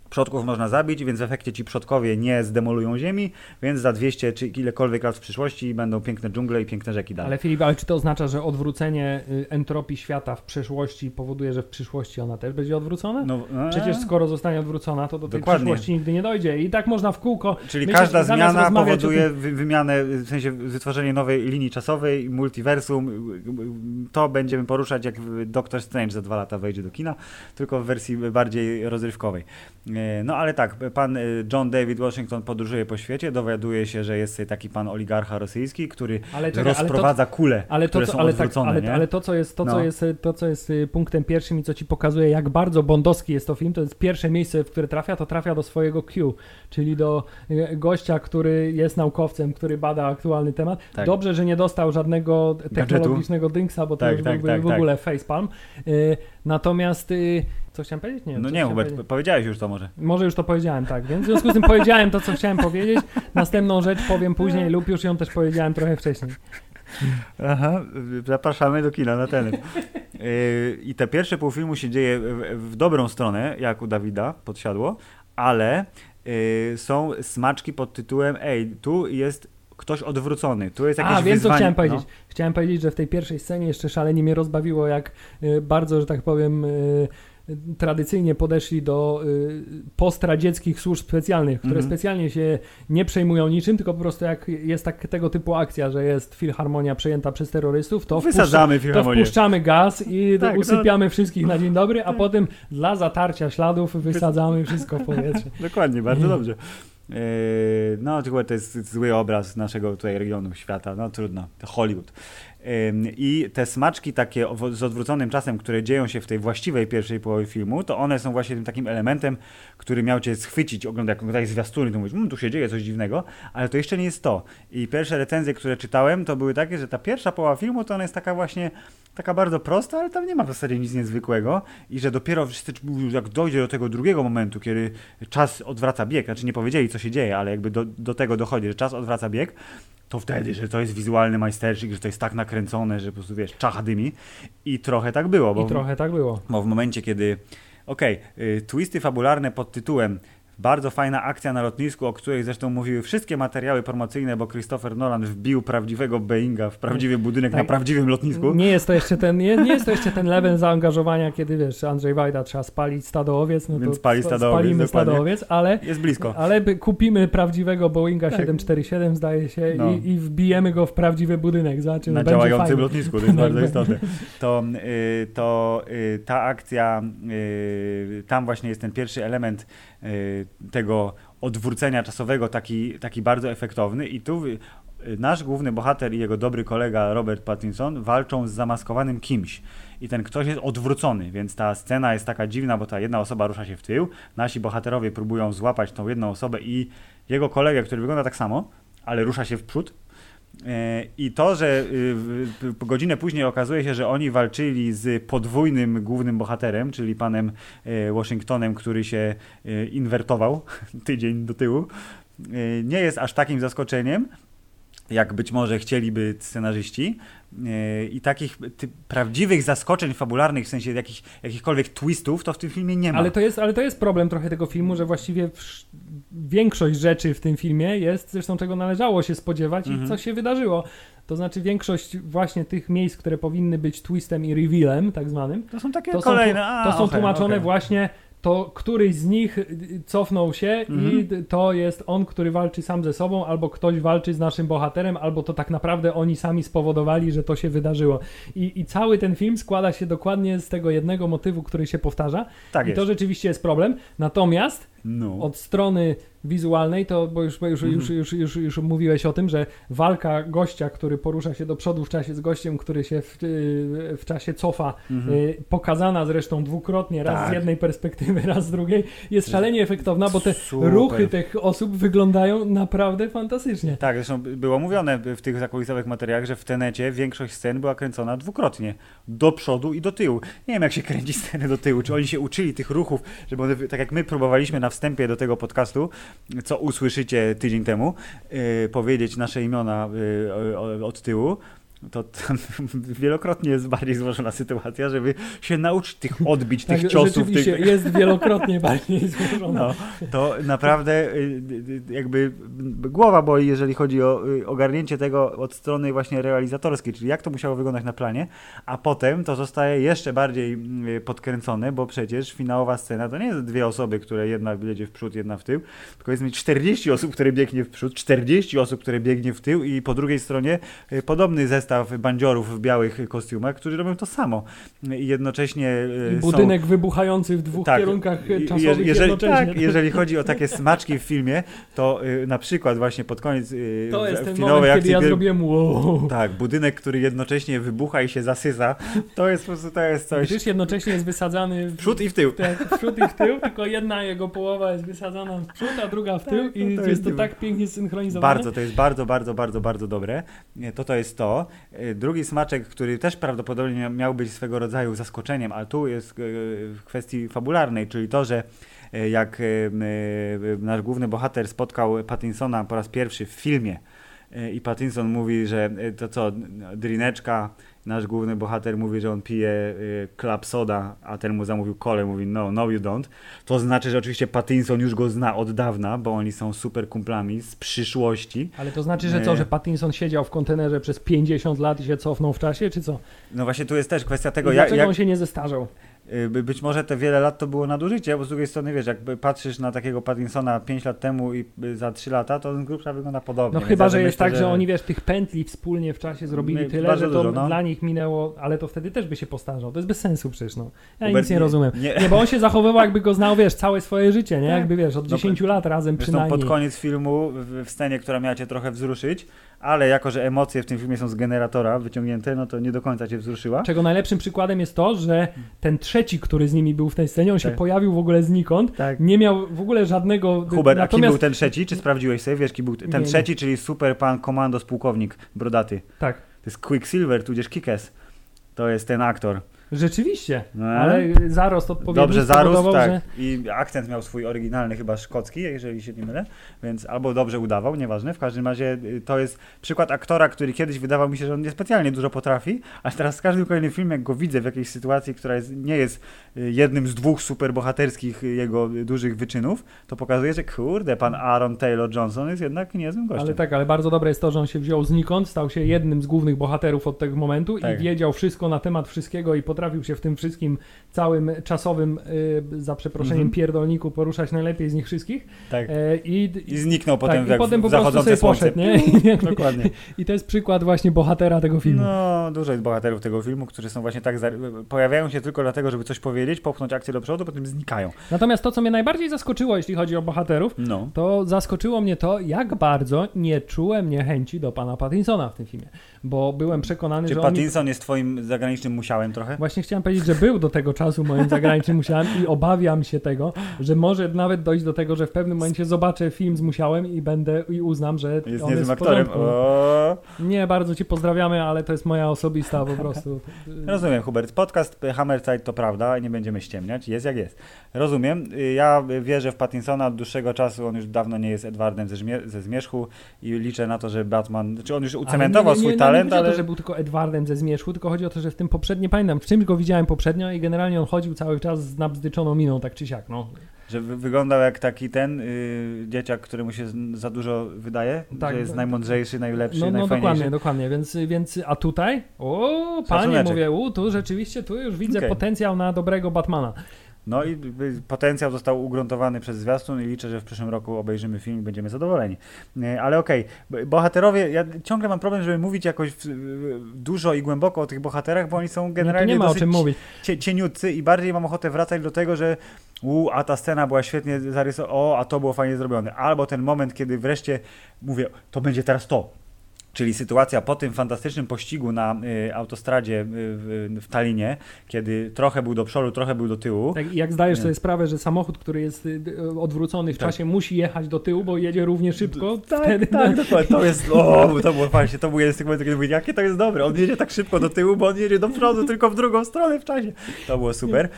Przodków można zabić, więc w efekcie ci przodkowie nie zdemolują ziemi, więc za 200 czy ilekolwiek lat w przyszłości będą piękne dżungle i piękne rzeki dalej. Ale Filip, czy to oznacza, że odwrócenie entropii świata w przeszłości powoduje, że w przyszłości ona też będzie odwrócona? Przecież skoro zostanie odwrócona, to do tej przyszłości nigdy nie dojdzie. I tak można w kółko... Czyli każda zmiana powoduje wymianę, w sensie wytworzenie nowej linii czasowej, multiversum. To będziemy poruszać, jak Doctor Strange za 2 lata wejdzie do kina, tylko w wersji bardziej rozrywkowej. No ale tak, pan John David Washington podróżuje po świecie, dowiaduje się, że jest taki pan oligarcha rosyjski, który rozprowadza kule, które są odwrócone. Ale to, co jest punktem pierwszym i co ci pokazuje, jak bardzo bondowski jest to film, to jest pierwsze miejsce, w które trafia do swojego Q, czyli do gościa, który jest naukowcem, który bada aktualny temat. Tak. Dobrze, że nie dostał żadnego technologicznego dynksa, bo to już byłby w ogóle facepalm. Natomiast... Co chciałem powiedzieć? Nie, Hubert, powiedziałeś już to może. Może już to powiedziałem, tak. Więc w związku z tym powiedziałem to, co chciałem powiedzieć. Następną rzecz powiem później lub już ją też powiedziałem trochę wcześniej. Aha, zapraszamy do kina na ten. I te pierwsze pół filmu się dzieje w dobrą stronę, jak u Dawida Podsiadło, ale są smaczki pod tytułem tu jest ktoś odwrócony, tu jest jakieś wyzwanie. Co chciałem powiedzieć. Chciałem powiedzieć, że w tej pierwszej scenie jeszcze szalenie mnie rozbawiło, jak bardzo, że tak powiem, tradycyjnie podeszli do postradzieckich służb specjalnych, które specjalnie się nie przejmują niczym, tylko po prostu jak jest tego typu akcja, że jest filharmonia przejęta przez terrorystów, to wpuszczamy gaz i usypiamy wszystkich na dzień dobry, a potem dla zatarcia śladów wysadzamy wszystko w powietrze. Dokładnie, bardzo dobrze. No, to jest zły obraz naszego tutaj regionu, świata, no trudno, to Hollywood. I te smaczki takie z odwróconym czasem, które dzieją się w tej właściwej pierwszej połowie filmu, to one są właśnie tym takim elementem, który miał cię schwycić, jak oglądałeś zwiastuny, to mówisz, tu się dzieje coś dziwnego, ale to jeszcze nie jest to. I pierwsze recenzje, które czytałem, to były takie, że ta pierwsza połowa filmu, to ona jest taka właśnie, taka bardzo prosta, ale tam nie ma w zasadzie nic niezwykłego i że dopiero wszyscy mówią, jak dojdzie do tego drugiego momentu, kiedy czas odwraca bieg, znaczy nie powiedzieli, co się dzieje, ale jakby do tego dochodzi, że czas odwraca bieg, to wtedy, że to jest wizualny majstersztyk, że to jest tak nakręcone, że po prostu, wiesz, czacha dymi. I trochę tak było. Bo w momencie, kiedy... twisty fabularne pod tytułem bardzo fajna akcja na lotnisku, o której zresztą mówiły wszystkie materiały promocyjne, bo Christopher Nolan wbił prawdziwego Boeinga w prawdziwy budynek na prawdziwym lotnisku. Nie jest to jeszcze ten level zaangażowania, kiedy wiesz, Andrzej Wajda trzeba spalić stado owiec, no więc to spalimy stado owiec, ale jest blisko. Ale kupimy prawdziwego Boeinga 747, zdaje się, i wbijemy go w prawdziwy budynek. Zobaczymy, na działającym lotnisku, to jest bardzo istotne. Ta akcja, tam właśnie jest ten pierwszy element tego odwrócenia czasowego, taki bardzo efektowny i tu nasz główny bohater i jego dobry kolega Robert Pattinson walczą z zamaskowanym kimś i ten ktoś jest odwrócony, więc ta scena jest taka dziwna, bo ta jedna osoba rusza się w tył, nasi bohaterowie próbują złapać tą jedną osobę i jego kolegę, który wygląda tak samo, ale rusza się w przód. I to, że godzinę później okazuje się, że oni walczyli z podwójnym głównym bohaterem, czyli panem Washingtonem, który się inwertował tydzień do tyłu, nie jest aż takim zaskoczeniem, jak być może chcieliby scenarzyści. I takich prawdziwych zaskoczeń fabularnych, w sensie jakichkolwiek twistów, to w tym filmie nie ma. Ale to jest problem trochę tego filmu, że właściwie większość rzeczy w tym filmie jest zresztą czego należało się spodziewać i co się wydarzyło. To znaczy większość właśnie tych miejsc, które powinny być twistem i revealem tak zwanym, to są takie kolejne. To są tłumaczone właśnie, to któryś z nich cofnął się i to jest on, który walczy sam ze sobą, albo ktoś walczy z naszym bohaterem, albo to tak naprawdę oni sami spowodowali, że to się wydarzyło. I cały ten film składa się dokładnie z tego jednego motywu, który się powtarza. Tak jest. To rzeczywiście jest problem. Natomiast od strony wizualnej, to bo już mówiłeś o tym, że walka gościa, który porusza się do przodu w czasie z gościem, który się w czasie cofa, pokazana zresztą dwukrotnie, raz z jednej perspektywy, raz z drugiej, jest szalenie efektowna, bo te ruchy tych osób wyglądają naprawdę fantastycznie. Tak, zresztą było mówione w tych zakulisowych materiałach, że w Tenecie większość scen była kręcona dwukrotnie. Do przodu i do tyłu. Nie wiem, jak się kręci sceny do tyłu, czy oni się uczyli tych ruchów, żeby one, tak jak my próbowaliśmy na wstępie do tego podcastu, co usłyszycie tydzień temu, powiedzieć nasze imiona od tyłu, to tam wielokrotnie jest bardziej złożona sytuacja, żeby się nauczyć tych odbić, tak, tych ciosów. Rzeczywiście jest wielokrotnie bardziej złożona. No, to naprawdę jakby głowa boli, jeżeli chodzi o ogarnięcie tego od strony właśnie realizatorskiej, czyli jak to musiało wyglądać na planie, a potem to zostaje jeszcze bardziej podkręcone, bo przecież finałowa scena to nie jest 2 osoby, które jedna jedzie w przód, jedna w tył, tylko jest 40 osób, które biegnie w przód, 40 osób, które biegnie w tył i po drugiej stronie podobny zestaw bandziorów w białych kostiumach, którzy robią to samo. I jednocześnie I budynek wybuchający w 2 kierunkach czasowych jednocześnie. Tak, jeżeli chodzi o takie smaczki w filmie, to na przykład właśnie pod koniec to jest ten moment, kiedy ja zrobiłem wow. Tak, budynek, który jednocześnie wybucha i się zasysa, to jest po prostu coś... Gdyż jednocześnie jest wysadzany w przód i w tył. Tak, w przód i w tył, tylko jedna jego połowa jest wysadzana w przód, a druga w tył tak, i jest to tak pięknie synchronizowane. Bardzo, to jest bardzo dobre. To jest to. Drugi smaczek, który też prawdopodobnie miał być swego rodzaju zaskoczeniem, ale tu jest w kwestii fabularnej, czyli to, że jak nasz główny bohater spotkał Pattinsona po raz pierwszy w filmie i Pattinson mówi, że to co, drineczka, nasz główny bohater mówi, że on pije club soda, a ten mu zamówił kolę, mówi no you don't. To znaczy, że oczywiście Pattinson już go zna od dawna, bo oni są super kumplami z przyszłości. Ale to znaczy, że co, że Pattinson siedział w kontenerze przez 50 lat i się cofnął w czasie, czy co? No właśnie tu jest też kwestia tego, dlaczego on się nie zestarzał? Być może te wiele lat to było nadużycie, bo z drugiej strony wiesz, jak patrzysz na takiego Pattinsona 5 lat temu i za 3 lata, to on z grubsza wygląda podobnie. No chyba, że jest tak, że oni wiesz, tych pętli wspólnie w czasie zrobili tyle, że to dużo, dla nich minęło, ale to wtedy też by się postarzał. To jest bez sensu przecież, no. Ja nic nie rozumiem. Nie, bo on się zachowywał, jakby go znał, wiesz, całe swoje życie, nie? Jakby wiesz, od 10 lat razem przynajmniej. Pod koniec filmu, w scenie, która miała cię trochę wzruszyć, ale jako, że emocje w tym filmie są z generatora wyciągnięte, no to nie do końca cię wzruszyła. Czego najlepszym przykładem jest to, że ten trzeci, który z nimi był w tej scenie, on się pojawił w ogóle znikąd, nie miał w ogóle żadnego... Hubert, a kim był ten trzeci? Czy sprawdziłeś sobie? Wiesz, kim był ten trzeci, czyli super pan komandos pułkownik brodaty. Tak. To jest Quicksilver, tudzież Kick-Ass. To jest ten aktor. Rzeczywiście, ale zarost odpowiedni. Dobrze zarósł, tak. Że... I akcent miał swój oryginalny, chyba szkocki, jeżeli się nie mylę, więc albo dobrze udawał, nieważne. W każdym razie to jest przykład aktora, który kiedyś wydawał mi się, że on niespecjalnie dużo potrafi, a teraz w każdym kolejnym filmie, jak go widzę w jakiejś sytuacji, która nie jest jednym z 2 superbohaterskich jego dużych wyczynów, to pokazuje, że kurde, pan Aaron Taylor-Johnson jest jednak niezłym gościem. Ale bardzo dobre jest to, że on się wziął znikąd, stał się jednym z głównych bohaterów od tego momentu i wiedział wszystko na temat wszystkiego i potrafił się w tym wszystkim całym czasowym, za przeproszeniem, pierdolniku poruszać najlepiej z nich wszystkich. Tak. I zniknął potem, i potem po prostu sobie poszedł, nie? Dokładnie. I to jest przykład właśnie bohatera tego filmu. No, dużo jest bohaterów tego filmu, którzy są właśnie tak, pojawiają się tylko dlatego, żeby coś powiedzieć, popchnąć akcję do przodu, potem znikają. Natomiast to, co mnie najbardziej zaskoczyło, jeśli chodzi o bohaterów, to zaskoczyło mnie to, jak bardzo nie czułem niechęci do pana Pattinsona w tym filmie. Bo byłem przekonany, że Pattinson jest twoim zagranicznym musiałem trochę? Właśnie chciałem powiedzieć, że był do tego czasu moim zagranicznym musiałem i obawiam się tego, że może nawet dojść do tego, że w pewnym momencie zobaczę film z musiałem i uznam, że jest on niezłym jest w aktorem. Nie, bardzo cię pozdrawiamy, ale to jest moja osobista po prostu. Rozumiem, Hubert. Podcast Hammerzeit to prawda, nie będziemy ściemniać. Jest jak jest. Rozumiem. Ja wierzę w Pattinsona od dłuższego czasu. On już dawno nie jest Edwardem ze Zmierzchu i liczę na to, że Batman... Czy on już ucementował swój talent, ale... Nie chodzi o to, że był tylko Edwardem ze Zmierzchu, tylko chodzi o to, że w tym poprzednim, pamiętam, w czymś go widziałem poprzednio i generalnie on chodził cały czas z nabzdyczoną miną, tak czy siak, no. Że wyglądał jak taki ten dzieciak, któremu się za dużo wydaje, że jest najmądrzejszy, najlepszy, najfajniejszy. Dokładnie, więc a tutaj? Panie, mówię, tu rzeczywiście, tu już widzę potencjał na dobrego Batmana. No i potencjał został ugruntowany przez zwiastun i liczę, że w przyszłym roku obejrzymy film i będziemy zadowoleni. Ale okej, bohaterowie, ja ciągle mam problem, żeby mówić jakoś dużo i głęboko o tych bohaterach, bo oni są generalnie dosyć cieniutcy i bardziej mam ochotę wracać do tego, że a ta scena była świetnie zarysowana, a to było fajnie zrobione. Albo ten moment, kiedy wreszcie mówię, to będzie teraz to. Czyli sytuacja po tym fantastycznym pościgu na autostradzie w Tallinie, kiedy trochę był do przodu, trochę był do tyłu. Tak, jak zdajesz sobie sprawę, że samochód, który jest odwrócony w czasie, musi jechać do tyłu, bo jedzie równie szybko. Tak, dokładnie. To jest, to było fajnie. To był jeden z tych momentów, kiedy mówię, jakie to jest dobre. On jedzie tak szybko do tyłu, bo on jedzie do przodu, tylko w drugą stronę w czasie. To było super.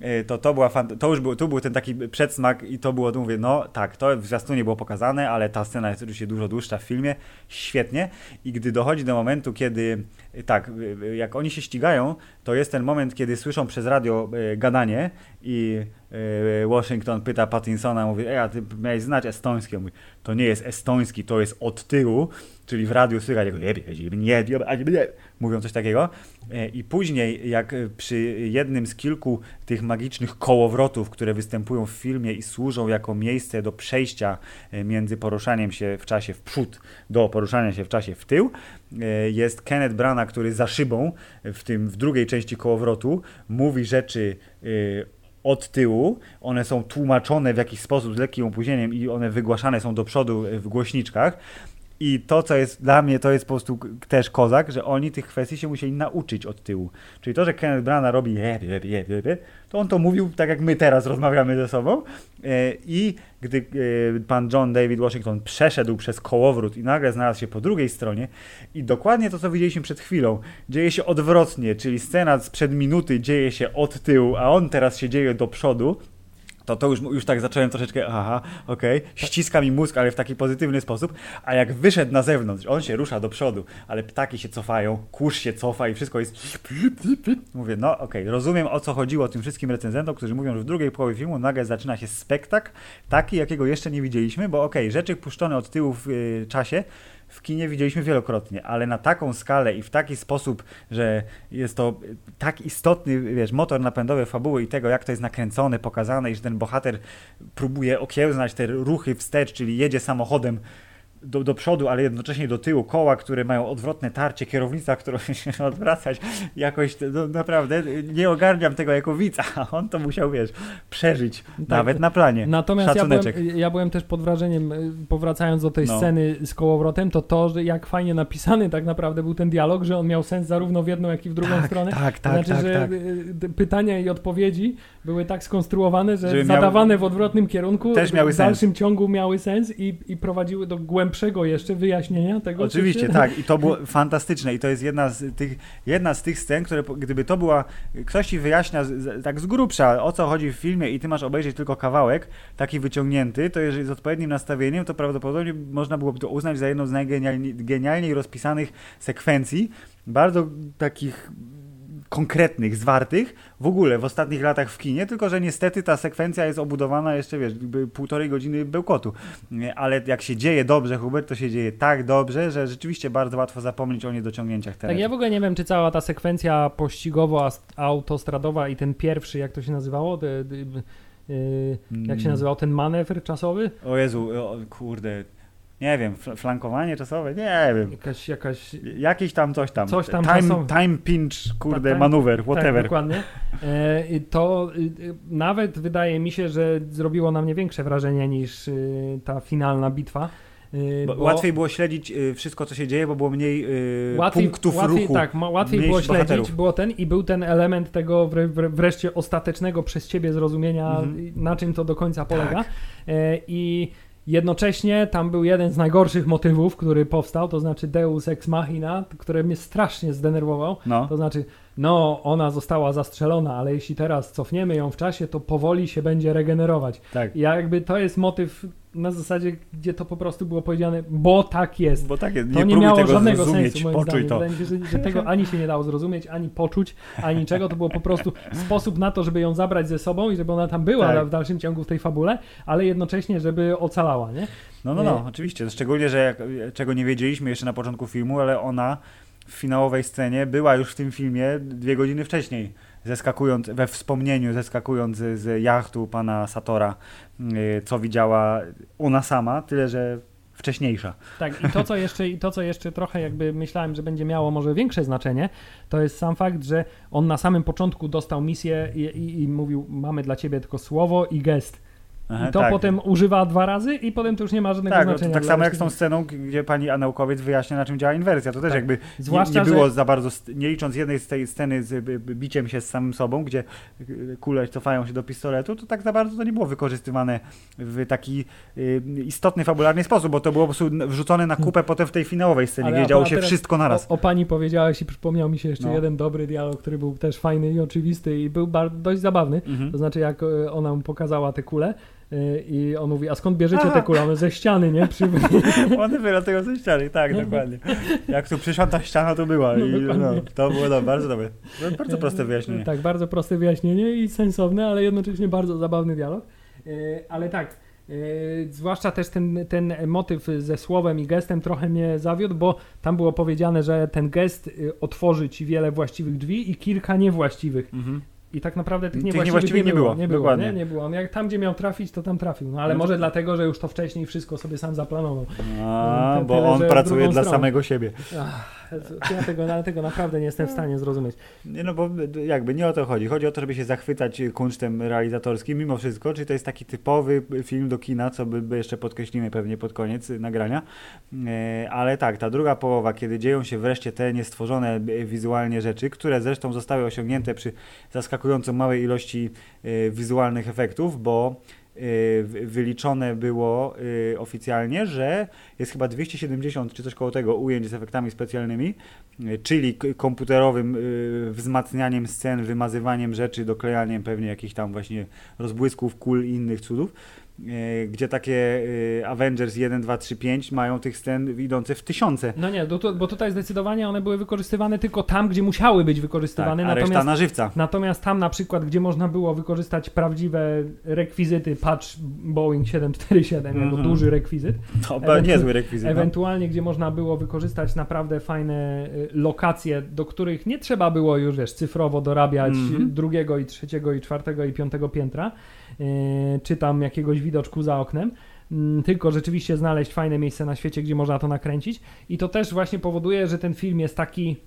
To był ten taki przedsmak i to było, mówię, to w zwiastunie było pokazane, ale ta scena jest oczywiście dużo dłuższa w filmie. Świetnie. I gdy dochodzi do momentu, kiedy tak, jak oni się ścigają, to jest ten moment, kiedy słyszą przez radio gadanie i Washington pyta Pattinsona, mówi, a ty miałeś znać estoński. On mówi, to nie jest estoński, to jest od tyłu, czyli w radiu słychać jego mówią coś takiego. I później, jak przy jednym z kilku tych magicznych kołowrotów, które występują w filmie i służą jako miejsce do przejścia między poruszaniem się w czasie w przód do poruszania się w czasie w tył, jest Kenneth Branagh, który za szybą w drugiej części kołowrotu mówi rzeczy od tyłu, one są tłumaczone w jakiś sposób z lekkim opóźnieniem i one wygłaszane są do przodu w głośniczkach. I to, co jest dla mnie, to jest po prostu też kozak, że oni tych kwestii się musieli nauczyć od tyłu. Czyli to, że Kenneth Branagh robi to on to mówił tak, jak my teraz rozmawiamy ze sobą. I gdy pan John David Washington przeszedł przez kołowrót i nagle znalazł się po drugiej stronie i dokładnie to, co widzieliśmy przed chwilą, dzieje się odwrotnie, czyli scena sprzed minuty dzieje się od tyłu, a on teraz się dzieje do przodu, to już tak zacząłem troszeczkę, ściska mi mózg, ale w taki pozytywny sposób, a jak wyszedł na zewnątrz, on się rusza do przodu, ale ptaki się cofają, kurz się cofa i wszystko jest... Mówię, rozumiem, o co chodziło tym wszystkim recenzentom, którzy mówią, że w drugiej połowie filmu nagle zaczyna się spektakl, taki, jakiego jeszcze nie widzieliśmy, bo rzeczy puszczone od tyłu w czasie w kinie widzieliśmy wielokrotnie, ale na taką skalę i w taki sposób, że jest to tak istotny, motor napędowy fabuły i tego, jak to jest nakręcone, pokazane i że ten bohater próbuje okiełznać te ruchy wstecz, czyli jedzie samochodem do przodu, ale jednocześnie do tyłu, koła, które mają odwrotne tarcie, kierownica, którą się odwracać, jakoś naprawdę nie ogarniam tego jako widz, a on to musiał, przeżyć, tak, nawet na planie. Natomiast ja byłem też pod wrażeniem, powracając do tej sceny z kołowrotem, to, że jak fajnie napisany tak naprawdę był ten dialog, że on miał sens zarówno w jedną, jak i w drugą stronę. Że pytania i odpowiedzi były tak skonstruowane, że zadawane w odwrotnym kierunku też miały w dalszym ciągu miały sens i prowadziły do głębszego jeszcze wyjaśnienia tego. Oczywiście, tak. I to było fantastyczne. I to jest jedna z tych scen, które gdyby to była... Ktoś ci wyjaśnia tak z grubsza, o co chodzi w filmie i ty masz obejrzeć tylko kawałek, taki wyciągnięty, to jeżeli z odpowiednim nastawieniem, to prawdopodobnie można byłoby to uznać za jedną z najgenialniej rozpisanych sekwencji. Bardzo takich konkretnych, zwartych w ogóle w ostatnich latach w kinie, tylko że niestety ta sekwencja jest obudowana jeszcze, 1,5 godziny bełkotu. Ale jak się dzieje dobrze, Hubert, to się dzieje tak dobrze, że rzeczywiście bardzo łatwo zapomnieć o niedociągnięciach teraz. Tak, ja w ogóle nie wiem, czy cała ta sekwencja pościgowo-autostradowa i ten pierwszy, jak to się nazywało? Jak się nazywał ten manewr czasowy? O Jezu, kurde... Nie wiem, flankowanie czasowe? Nie wiem. Jakiś tam coś tam. Time pinch, maneuver, whatever. Tak, dokładnie. To nawet wydaje mi się, że zrobiło na mnie większe wrażenie niż ta bitwa. Łatwiej było śledzić wszystko, co się dzieje, bo było mniej punktów ruchu. Tak, łatwiej było śledzić, był ten element tego wreszcie ostatecznego przez ciebie zrozumienia, na czym to do końca polega. Tak. I jednocześnie tam był jeden z najgorszych motywów, który powstał, to znaczy Deus Ex Machina, który mnie strasznie zdenerwował. To znaczy, ona została zastrzelona, ale jeśli teraz cofniemy ją w czasie, to powoli się będzie regenerować. Tak. I jakby to jest motyw na zasadzie, gdzie to po prostu było powiedziane, bo tak jest. Nie to nie miało tego żadnego zrozumieć, sensu, moim zdaniem. Wydaje mi się, że tego ani się nie dało zrozumieć, ani poczuć, ani niczego. To było po prostu sposób na to, żeby ją zabrać ze sobą i żeby ona tam była w dalszym ciągu w tej fabule, ale jednocześnie, żeby ocalała, nie? Oczywiście. Szczególnie, że czego nie wiedzieliśmy jeszcze na początku filmu, ale ona w finałowej scenie była już w tym filmie 2 godziny wcześniej, zeskakując z jachtu pana Satora, co widziała ona sama, tyle że wcześniejsza. Tak, i to co jeszcze trochę jakby myślałem, że będzie miało może większe znaczenie, to jest sam fakt, że on na samym początku dostał misję i mówił, mamy dla ciebie tylko słowo i gest. I to potem używa 2 razy i potem to już nie ma żadnego znaczenia. Tak samo jak z tą sceną, gdzie pani naukowiec wyjaśnia, na czym działa inwersja. To też jakby nie było za bardzo, nie licząc jednej z tej sceny z biciem się z samym sobą, gdzie kule cofają się do pistoletu, to tak za bardzo to nie było wykorzystywane w taki istotny, fabularny sposób, bo to było po prostu wrzucone na kupę potem w tej finałowej scenie, gdzie działo się wszystko naraz. O pani powiedziałeś i przypomniał mi się jeszcze jeden dobry dialog, który był też fajny i oczywisty i był dość zabawny. To znaczy, jak ona mu pokazała te kule, I on mówi, a skąd bierzecie te kule? One ze ściany, nie? One wylatują ze ściany, tak, dokładnie. Jak tu przyszła ta ściana, to była. To było bardzo dobre. Bardzo proste wyjaśnienie. Tak, bardzo proste wyjaśnienie i sensowne, ale jednocześnie bardzo zabawny dialog. Ale tak, zwłaszcza też ten motyw ze słowem i gestem trochę mnie zawiódł, bo tam było powiedziane, że ten gest otworzy ci wiele właściwych drzwi i kilka niewłaściwych. I tak naprawdę tych niewłaściwych nie było. Nie było. On jak tam, gdzie miał trafić, to tam trafił. No ale może dlatego, że już to wcześniej wszystko sobie sam zaplanował. Bo on pracuje dla samego siebie. Ja tego naprawdę nie jestem w stanie zrozumieć. Nie, bo jakby nie o to chodzi. Chodzi o to, żeby się zachwycać kunsztem realizatorskim mimo wszystko. Czyli to jest taki typowy film do kina, co by jeszcze podkreślimy pewnie pod koniec nagrania. Ale tak, ta druga połowa, kiedy dzieją się wreszcie te niestworzone wizualnie rzeczy, które zresztą zostały osiągnięte przy zaskakująco małej ilości wizualnych efektów, bo wyliczone było oficjalnie, że jest chyba 270 czy coś koło tego ujęć z efektami specjalnymi, czyli komputerowym wzmacnianiem scen, wymazywaniem rzeczy, doklejaniem pewnie jakichś tam właśnie rozbłysków, kul i innych cudów, gdzie takie Avengers 1, 2, 3, 5 mają tych scen idące w tysiące. No nie, bo tutaj zdecydowanie one były wykorzystywane tylko tam, gdzie musiały być wykorzystywane. Tak, a reszta na żywca. Natomiast tam na przykład, gdzie można było wykorzystać prawdziwe rekwizyty, patch Boeing 747, jako duży rekwizyt. To niezły rekwizyt. Ewentualnie, gdzie można było wykorzystać naprawdę fajne lokacje, do których nie trzeba było już, cyfrowo dorabiać drugiego i trzeciego i czwartego i piątego piętra, czy tam jakiegoś widoczku za oknem, tylko rzeczywiście znaleźć fajne miejsce na świecie, gdzie można to nakręcić i to też właśnie powoduje, że ten film jest taki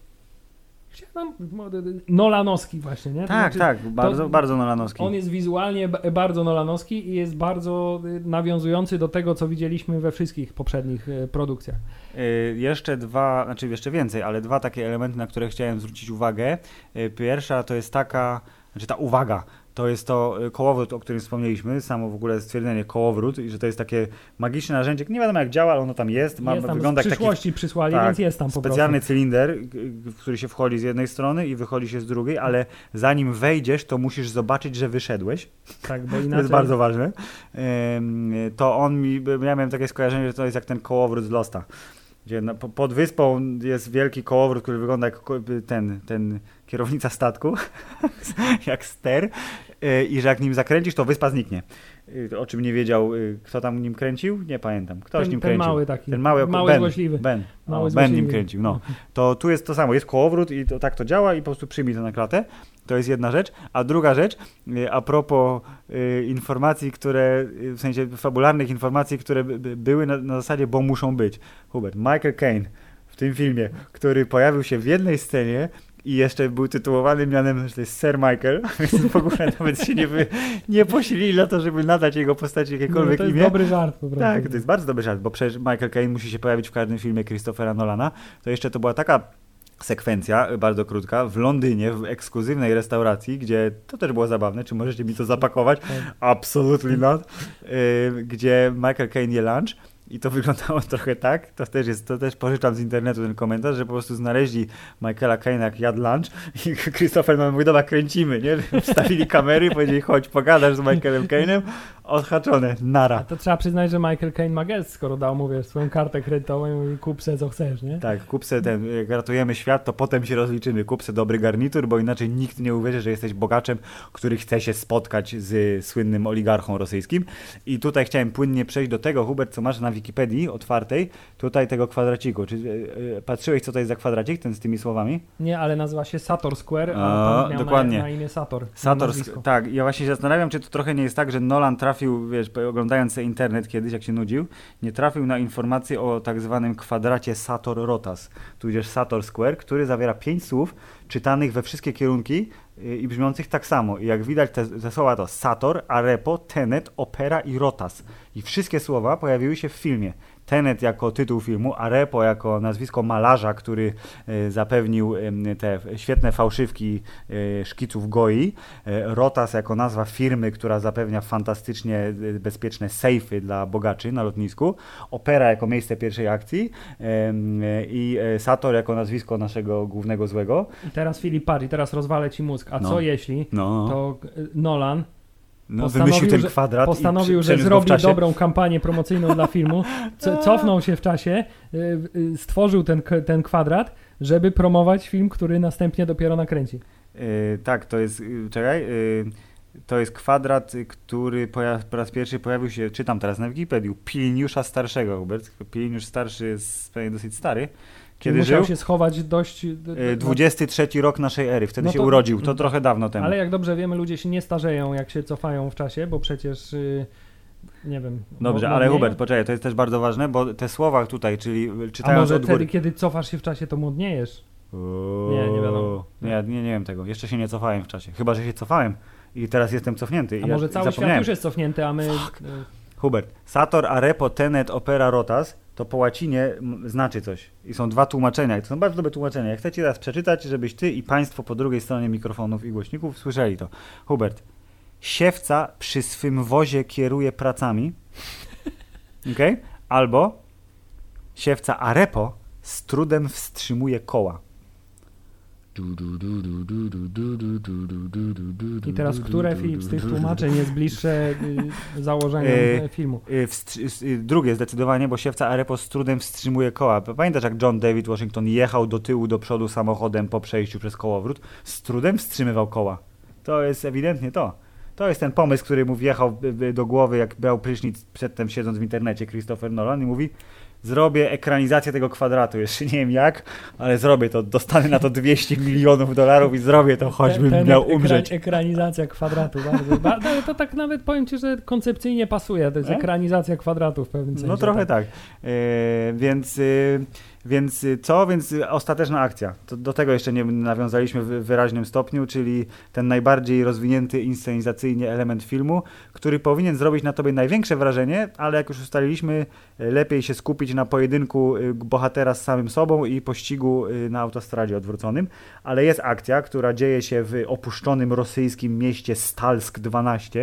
nolanowski właśnie, nie? Tak, bardzo nolanowski. On jest wizualnie bardzo nolanowski i jest bardzo nawiązujący do tego, co widzieliśmy we wszystkich poprzednich produkcjach. Jeszcze więcej, ale dwa takie elementy, na które chciałem zwrócić uwagę. Pierwsza to jest ta uwaga. To jest to kołowrót, o którym wspomnieliśmy, samo w ogóle stwierdzenie kołowrót i że to jest takie magiczne narzędzie, nie wiadomo jak działa, ale ono tam jest. Wygląda jak taki przysłali, więc jest tam po prostu. Specjalny cylinder, w który się wchodzi z jednej strony i wychodzi się z drugiej, ale zanim wejdziesz, to musisz zobaczyć, że wyszedłeś. Tak, bo inaczej... To jest bardzo ważne. Ja miałem takie skojarzenie, że to jest jak ten kołowrót z Losta. Gdzie pod wyspą jest wielki kołowrót, który wygląda jak ten kierownica statku, jak ster, i że jak nim zakręcisz, to wyspa zniknie. O czym nie wiedział, kto tam nim kręcił? Nie pamiętam. Ktoś nim kręcił. Mały taki. Ten mały złośliwy. Ben nim kręcił. No. To tu jest to samo. Jest kołowrót i tak to działa i po prostu przyjmij to na klatę. To jest jedna rzecz. A druga rzecz, a propos informacji, w sensie fabularnych informacji, które były na zasadzie, bo muszą być. Hubert, Michael Caine w tym filmie, który pojawił się w jednej scenie i jeszcze był tytułowany mianem, że to jest Sir Michael, więc w ogóle nawet się nie posilili na to, żeby nadać jego postaci jakiekolwiek imię. To jest dobry żart po prostu. Tak, to jest bardzo dobry żart, bo przecież Michael Caine musi się pojawić w każdym filmie Christophera Nolana. To jeszcze to była taka sekwencja, bardzo krótka, w Londynie, w ekskluzywnej restauracji, gdzie to też było zabawne, czy możecie mi to zapakować? Absolutely not. Gdzie Michael Caine je lunch. I to wyglądało trochę tak, to też pożyczam z internetu ten komentarz, że po prostu znaleźli Michaela Caine'a jak jadł lunch i Christopher Nolan mówi, dobra, kręcimy, nie? Wstawili kamery i powiedzieli, chodź, pogadasz z Michaelem Caine'em, odhaczone, nara. A to trzeba przyznać, że Michael Caine ma gest, skoro dał, mówię, swoją kartę kredytową i kup se co chcesz, nie? Tak, kup se jak ratujemy świat, to potem się rozliczymy, kup se dobry garnitur, bo inaczej nikt nie uwierzy, że jesteś bogaczem, który chce się spotkać z słynnym oligarchą rosyjskim. I tutaj chciałem płynnie przejść do tego, Hubert, co masz na Wikipedii otwartej, tutaj tego kwadraciku. Czy patrzyłeś, co to jest za kwadracik, ten z tymi słowami? Nie, ale nazywa się Sator Square, a pan miał dokładnie. Na imię Sator. Tak, ja właśnie się zastanawiam, czy to trochę nie jest tak, że Nolan trafił, oglądając sobie internet kiedyś, jak się nudził, nie trafił na informację o tak zwanym kwadracie Sator-Rotas, tudzież Sator Square, który zawiera 5 słów czytanych we wszystkie kierunki i brzmiących tak samo. I jak widać te słowa to Sator, Arepo, Tenet, Opera i Rotas. I wszystkie słowa pojawiły się w filmie. Tenet jako tytuł filmu, Arepo jako nazwisko malarza, który zapewnił te świetne fałszywki szkiców Goi, Rotas jako nazwa firmy, która zapewnia fantastycznie bezpieczne sejfy dla bogaczy na lotnisku, Opera jako miejsce pierwszej akcji i Sator jako nazwisko naszego głównego złego. I teraz Filip, patrz, i teraz rozwalę ci mózg. A co jeśli to Nolan wymyślił ten kwadrat postanowił, że zrobi dobrą kampanię promocyjną dla filmu, cofnął się w czasie, stworzył ten kwadrat, żeby promować film, który następnie dopiero nakręci. Tak, to jest, to jest kwadrat, który po raz pierwszy pojawił się, czytam teraz na Wikipedii, Piliniusza Starszego, Hubert. Piliniusz Starszy jest pewnie dosyć stary. Kiedy musiał się schować dość... 23 rok naszej ery, wtedy się urodził, to trochę dawno temu. Ale jak dobrze wiemy, ludzie się nie starzeją, jak się cofają w czasie, bo przecież... Nie wiem. Dobrze, ale Hubert, poczekaj, to jest też bardzo ważne, bo te słowa tutaj, czyli czytając a może od góry... wtedy, kiedy cofasz się w czasie, to młodniejesz? Nie wiadomo. Nie wiem tego. Jeszcze się nie cofałem w czasie. Chyba, że się cofałem i teraz jestem cofnięty. A może cały świat już jest cofnięty, a my... Hubert, Sator, Arepo, Tenet, Opera, Rotas, to po łacinie znaczy coś. I są dwa tłumaczenia. I to są bardzo dobre tłumaczenia. Ja chcę ci teraz przeczytać, żebyś ty i państwo po drugiej stronie mikrofonów i głośników słyszeli to. Hubert, siewca przy swym wozie kieruje pracami. Okay? Albo siewca Arepo z trudem wstrzymuje koła. I teraz które, Filip, z tych tłumaczeń jest bliższe założeniom filmu? Drugie zdecydowanie, bo siewca Arepo z trudem wstrzymuje koła. Pamiętasz, jak John David Washington jechał do tyłu, do przodu samochodem po przejściu przez kołowrót? Z trudem wstrzymywał koła. To jest ewidentnie to. To jest ten pomysł, który mu wjechał do głowy, jak brał prysznic przedtem siedząc w internecie Christopher Nolan i mówi: zrobię ekranizację tego kwadratu, jeszcze nie wiem jak, ale zrobię to, dostanę na to $200 milionów i zrobię to, choćbym miał umrzeć. Ekranizacja kwadratu, bardzo. To tak nawet powiem ci, że koncepcyjnie pasuje, to jest ekranizacja kwadratu w pewnym sensie. No trochę tak. Więc ostateczna akcja. Do tego jeszcze nie nawiązaliśmy w wyraźnym stopniu, czyli ten najbardziej rozwinięty inscenizacyjnie element filmu, który powinien zrobić na tobie największe wrażenie, ale jak już ustaliliśmy, lepiej się skupić na pojedynku bohatera z samym sobą i pościgu na autostradzie odwróconym. Ale jest akcja, która dzieje się w opuszczonym rosyjskim mieście Stalsk 12,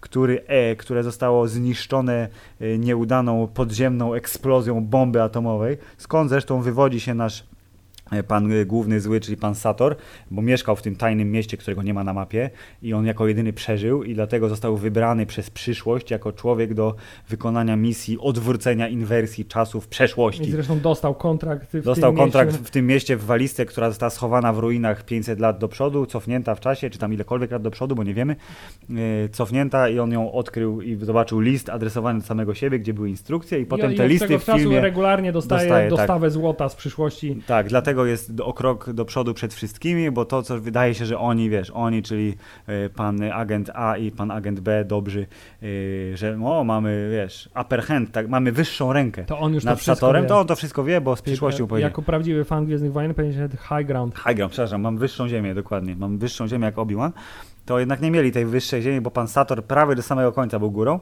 które zostało zniszczone nieudaną podziemną eksplozją bomby atomowej, skąd zresztą wywodzi się nasz pan główny zły, czyli pan Sator, bo mieszkał w tym tajnym mieście, którego nie ma na mapie i on jako jedyny przeżył i dlatego został wybrany przez przyszłość jako człowiek do wykonania misji odwrócenia inwersji czasu w przeszłości. I zresztą dostał kontrakt w tym mieście w walizce, która została schowana w ruinach 500 lat do przodu, cofnięta w czasie, czy tam ilekolwiek lat do przodu, bo nie wiemy, cofnięta i on ją odkrył i zobaczył list adresowany do samego siebie, gdzie były instrukcje i potem te listy w filmie regularnie dostaje dostawę złota z przyszłości. Tak, dlatego jest o krok do przodu przed wszystkimi, bo to, co wydaje się, że oni, czyli pan agent A i pan agent B, dobrzy, że mamy, upper hand, tak, mamy wyższą rękę to on już nad Satorem, to on to wszystko wie, bo z przyszłości mu powiedział. Jako prawdziwy fan Gwiezdnych Wojen powiedział, że high ground. High ground, przepraszam, mam wyższą ziemię, dokładnie. Mam wyższą ziemię jak Obi-Wan. To jednak nie mieli tej wyższej ziemi, bo pan Sator prawie do samego końca był górą.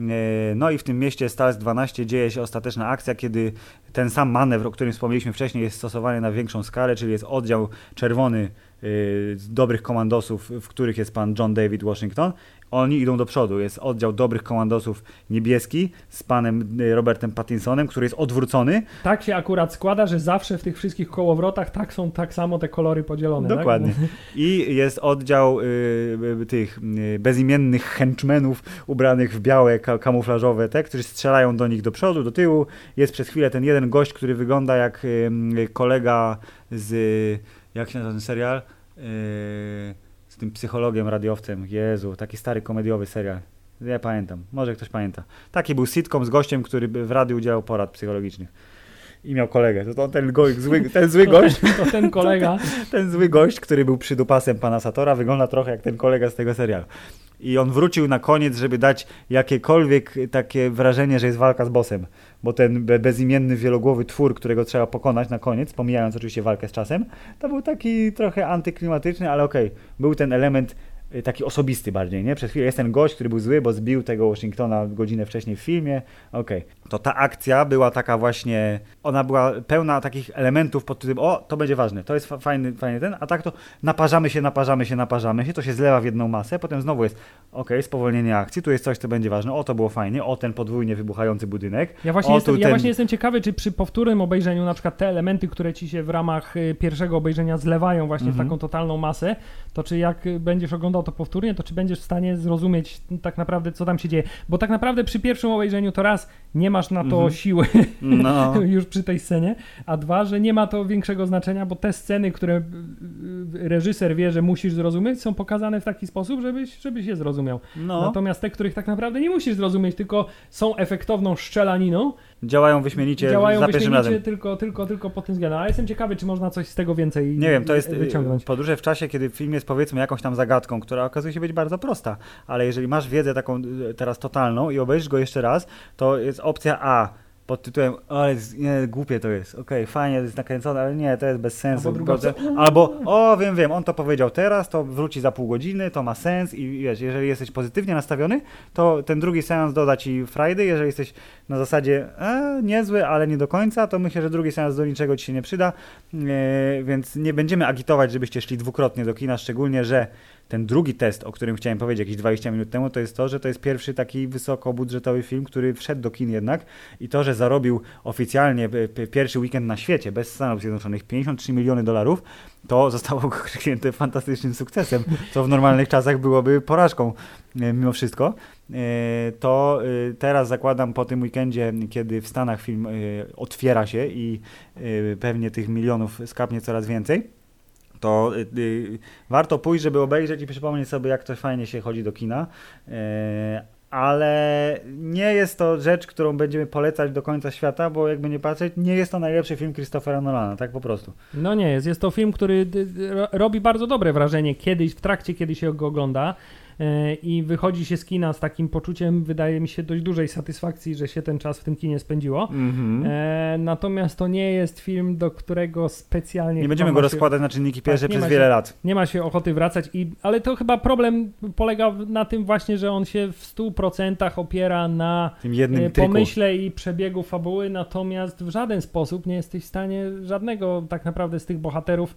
No i w tym mieście Stalsk 12 dzieje się ostateczna akcja, kiedy ten sam manewr, o którym wspomnieliśmy wcześniej, jest stosowany na większą skalę, czyli jest oddział czerwony dobrych komandosów, w których jest pan John David Washington. Oni idą do przodu. Jest oddział dobrych komandosów niebieski z panem Robertem Pattinsonem, który jest odwrócony. Tak się akurat składa, że zawsze w tych wszystkich kołowrotach są tak samo te kolory podzielone. Dokładnie. Tak? I jest oddział tych bezimiennych henchmenów ubranych w białe, kamuflażowe, którzy strzelają do nich do przodu, do tyłu. Jest przez chwilę ten jeden gość, który wygląda jak kolega z... Jak się nazywa ten serial? Z tym psychologiem, radiowcem. Jezu, taki stary komediowy serial. Ja pamiętam. Może ktoś pamięta. Taki był sitcom z gościem, który w radiu udzielał porad psychologicznych. I miał kolegę. To ten zły gość. To ten kolega. Ten zły gość, który był przydupasem pana Satora, wygląda trochę jak ten kolega z tego serialu. I on wrócił na koniec, żeby dać jakiekolwiek takie wrażenie, że jest walka z bossem. Bo ten bezimienny, wielogłowy twór, którego trzeba pokonać na koniec, pomijając oczywiście walkę z czasem, to był taki trochę antyklimatyczny, ale okej. Był ten element taki osobisty bardziej, nie? Przez chwilę jest ten gość, który był zły, bo zbił tego Washingtona godzinę wcześniej w filmie. To ta akcja była taka właśnie, ona była pełna takich elementów pod tytułem, to będzie ważne, to jest fajny ten, a tak to naparzamy się, to się zlewa w jedną masę, potem znowu jest, okej, spowolnienie akcji, tu jest coś, co będzie ważne, o to było fajnie, o ten podwójnie wybuchający budynek. Ja właśnie jestem ciekawy, czy przy powtórnym obejrzeniu na przykład te elementy, które ci się w ramach pierwszego obejrzenia zlewają właśnie w taką totalną masę, to czy jak będziesz oglądał to powtórnie, to czy będziesz w stanie zrozumieć tak naprawdę, co tam się dzieje. Bo tak naprawdę przy pierwszym obejrzeniu to raz, nie masz na to siły już przy tej scenie, a dwa, że nie ma to większego znaczenia, bo te sceny, które reżyser wie, że musisz zrozumieć, są pokazane w taki sposób, żebyś je zrozumiał. Natomiast te, których tak naprawdę nie musisz zrozumieć, tylko są efektowną strzelaniną, działają wyśmienicie za pierwszym razem. Tylko pod tym względem. Ale jestem ciekawy, czy można coś z tego więcej nie wiem, to jest wyciągnąć. Podróże w czasie, kiedy film jest powiedzmy jakąś tam zagadką, która okazuje się być bardzo prosta, ale jeżeli masz wiedzę taką teraz totalną i obejrzysz go jeszcze raz, to jest opcja A pod tytułem, ale głupie to jest, fajnie, to jest nakręcone, ale nie, to jest bez sensu. Albo, wiem, on to powiedział teraz, to wróci za pół godziny, to ma sens i wiesz, jeżeli jesteś pozytywnie nastawiony, to ten drugi seans doda ci frajdy, jeżeli jesteś na zasadzie niezły, ale nie do końca, to myślę, że drugi seans do niczego ci się nie przyda, więc nie będziemy agitować, żebyście szli dwukrotnie do kina, szczególnie, że ten drugi test, o którym chciałem powiedzieć jakieś 20 minut temu, to jest to, że to jest pierwszy taki wysokobudżetowy film, który wszedł do kin jednak i to, że zarobił oficjalnie pierwszy weekend na świecie, bez Stanów Zjednoczonych, $53 miliony, to zostało krzyknięte fantastycznym sukcesem, co w normalnych czasach byłoby porażką mimo wszystko. To teraz zakładam po tym weekendzie, kiedy w Stanach film otwiera się i pewnie tych milionów skapnie coraz więcej, to warto pójść, żeby obejrzeć i przypomnieć sobie, jak to fajnie się chodzi do kina, ale nie jest to rzecz, którą będziemy polecać do końca świata, bo jakby nie patrzeć, nie jest to najlepszy film Christophera Nolana, tak po prostu. No nie jest, jest to film, który robi bardzo dobre wrażenie w trakcie, kiedy się go ogląda. I wychodzi się z kina z takim poczuciem, wydaje mi się, dość dużej satysfakcji, że się ten czas w tym kinie spędziło. Natomiast to nie jest film, do którego specjalnie... Nie będziemy go rozkładać na czynniki pierwsze przez wiele lat. Nie ma się ochoty wracać, ale to chyba problem polega na tym właśnie, że on się w 100% opiera na tym jednym pomyśle i przebiegu fabuły, natomiast w żaden sposób nie jesteś w stanie żadnego tak naprawdę z tych bohaterów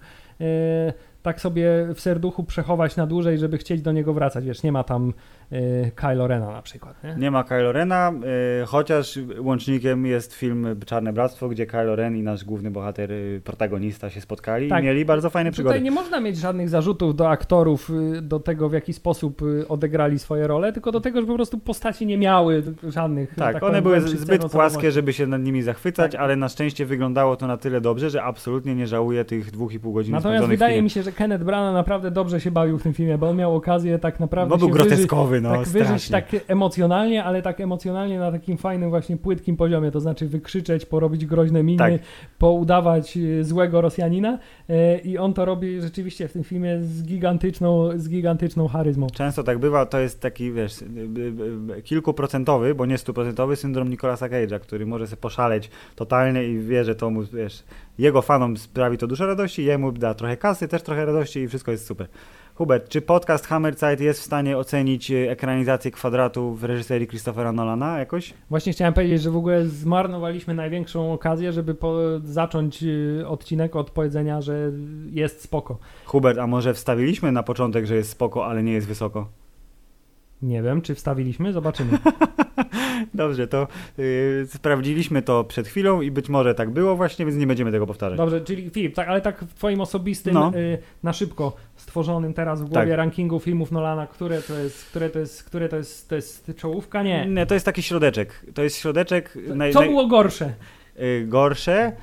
tak sobie w serduchu przechować na dłużej, żeby chcieć do niego wracać. Wiesz, nie ma tam Kylo Rena na przykład. Nie ma Kylo Rena, chociaż łącznikiem jest film Czarne Bractwo, gdzie Kylo Ren i nasz główny bohater, protagonista się spotkali i mieli bardzo fajne przygody. Tutaj nie można mieć żadnych zarzutów do aktorów, do tego, w jaki sposób odegrali swoje role, tylko do tego, że po prostu postaci nie miały żadnych... Tak, one były zbyt płaskie, żeby się nad nimi zachwycać, ale na szczęście wyglądało to na tyle dobrze, że absolutnie nie żałuję tych 2,5 godziny. Natomiast wydaje mi się, że Kenneth Branagh naprawdę dobrze się bawił w tym filmie, bo on miał okazję tak naprawdę był groteskowy, wyżyć tak emocjonalnie, ale tak emocjonalnie na takim fajnym właśnie płytkim poziomie, to znaczy wykrzyczeć, porobić groźne miny, poudawać złego Rosjanina i on to robi rzeczywiście w tym filmie z gigantyczną charyzmą. Często tak bywa, to jest taki, wiesz, kilkuprocentowy, bo nie 100% syndrom Nicolasa Cage'a, który może sobie poszaleć totalnie i wie, że to mu, wiesz, jego fanom sprawi to dużo radości, jemu da trochę kasy, też trochę radości i wszystko jest super. Hubert, czy podcast Hammerzeit jest w stanie ocenić ekranizację Kwadratu w reżyserii Christophera Nolana jakoś? Właśnie chciałem powiedzieć, że w ogóle zmarnowaliśmy największą okazję, żeby zacząć odcinek od powiedzenia, że jest spoko. Hubert, a może wstawiliśmy na początek, że jest spoko, ale nie jest wysoko? Nie wiem, czy wstawiliśmy? Zobaczymy. Dobrze, to sprawdziliśmy to przed chwilą i być może tak było właśnie, więc nie będziemy tego powtarzać. Dobrze, czyli Filip, tak, ale tak w twoim osobistym, na szybko stworzonym teraz w głowie rankingu filmów Nolana, które to jest czołówka? Nie, to jest taki środeczek. To jest środeczek... Co było gorsze? Gorsze?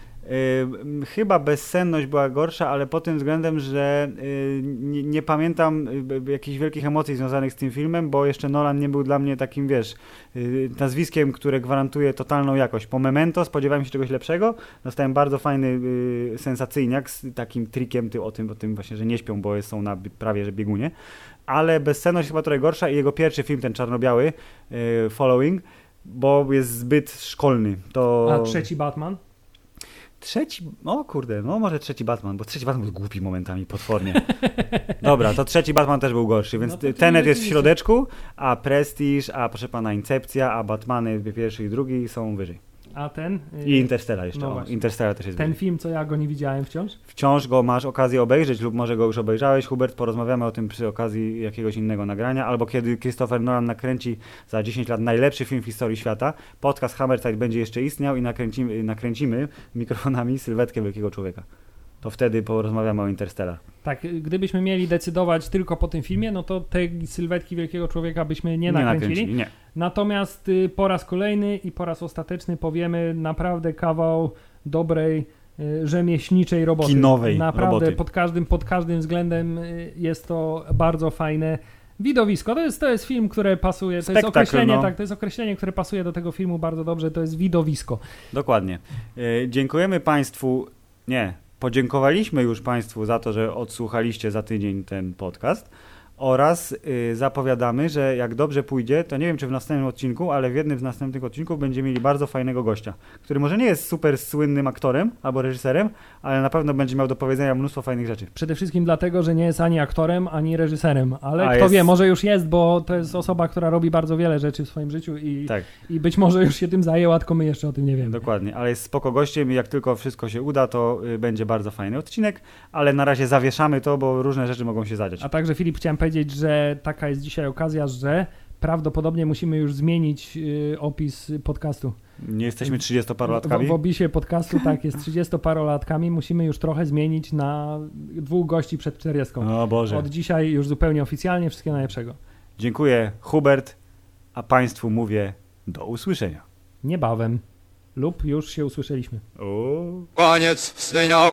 Chyba Bezsenność była gorsza, ale pod tym względem, że nie pamiętam jakichś wielkich emocji związanych z tym filmem, bo jeszcze Nolan nie był dla mnie takim, wiesz, nazwiskiem, które gwarantuje totalną jakość. Po Memento spodziewałem się czegoś lepszego, dostałem bardzo fajny sensacyjniak z takim trikiem o tym właśnie, że nie śpią, bo są na prawie że biegunie, ale Bezsenność chyba trochę gorsza i jego pierwszy film, ten czarno-biały, Following, bo jest zbyt szkolny. A trzeci Batman? Może trzeci Batman, bo trzeci Batman był głupi momentami, potwornie. Dobra, to trzeci Batman też był gorszy, więc Tenet jest w środeczku, a Prestige, a proszę pana Incepcja, a Batmany pierwszy i drugi są wyżej. A ten? I Interstellar jeszcze. No o, właśnie. Interstellar też jest. Ten film, co ja go nie widziałem wciąż? Wciąż go masz okazję obejrzeć lub może go już obejrzałeś. Hubert, porozmawiamy o tym przy okazji jakiegoś innego nagrania, albo kiedy Christopher Nolan nakręci za 10 lat najlepszy film w historii świata. Podcast Hammerside będzie jeszcze istniał i nakręcimy mikrofonami sylwetkę wielkiego człowieka. To wtedy porozmawiamy o Interstellar. Tak, gdybyśmy mieli decydować tylko po tym filmie, no to tej sylwetki wielkiego człowieka byśmy nie nakręcili. Nie. Natomiast po raz kolejny i po raz ostateczny powiemy naprawdę kawał dobrej, rzemieślniczej roboty. Kinowej naprawdę roboty. Pod każdym względem jest to bardzo fajne widowisko. To jest film, które pasuje, to jest określenie, no. tak, to jest określenie, które pasuje do tego filmu bardzo dobrze, to jest widowisko. Dokładnie. Dziękujemy Państwu, podziękowaliśmy już Państwu za to, że odsłuchaliście za tydzień ten podcast oraz zapowiadamy, że jak dobrze pójdzie, to nie wiem czy w następnym odcinku, ale w jednym z następnych odcinków będziemy mieli bardzo fajnego gościa, który może nie jest super słynnym aktorem albo reżyserem, ale na pewno będzie miał do powiedzenia mnóstwo fajnych rzeczy. Przede wszystkim dlatego, że nie jest ani aktorem, ani reżyserem, ale kto wie, może już jest, bo to jest osoba, która robi bardzo wiele rzeczy w swoim życiu i być może już się tym zajęła, tylko my jeszcze o tym nie wiemy. Dokładnie, ale jest spoko gościem i jak tylko wszystko się uda, to będzie bardzo fajny odcinek, ale na razie zawieszamy to, bo różne rzeczy mogą się zadziać. A także Filip, chciałem powiedzieć, że taka jest dzisiaj okazja, że prawdopodobnie musimy już zmienić opis podcastu. Nie jesteśmy 30-parolatkami? W opisie podcastu tak, jest 30-parolatkami. Musimy już trochę zmienić na 2 gości przed 40. O Boże. Od dzisiaj już zupełnie oficjalnie. Wszystkiego najlepszego. Dziękuję, Hubert, a Państwu mówię do usłyszenia. Niebawem. Lub już się usłyszeliśmy. Koniec, synior.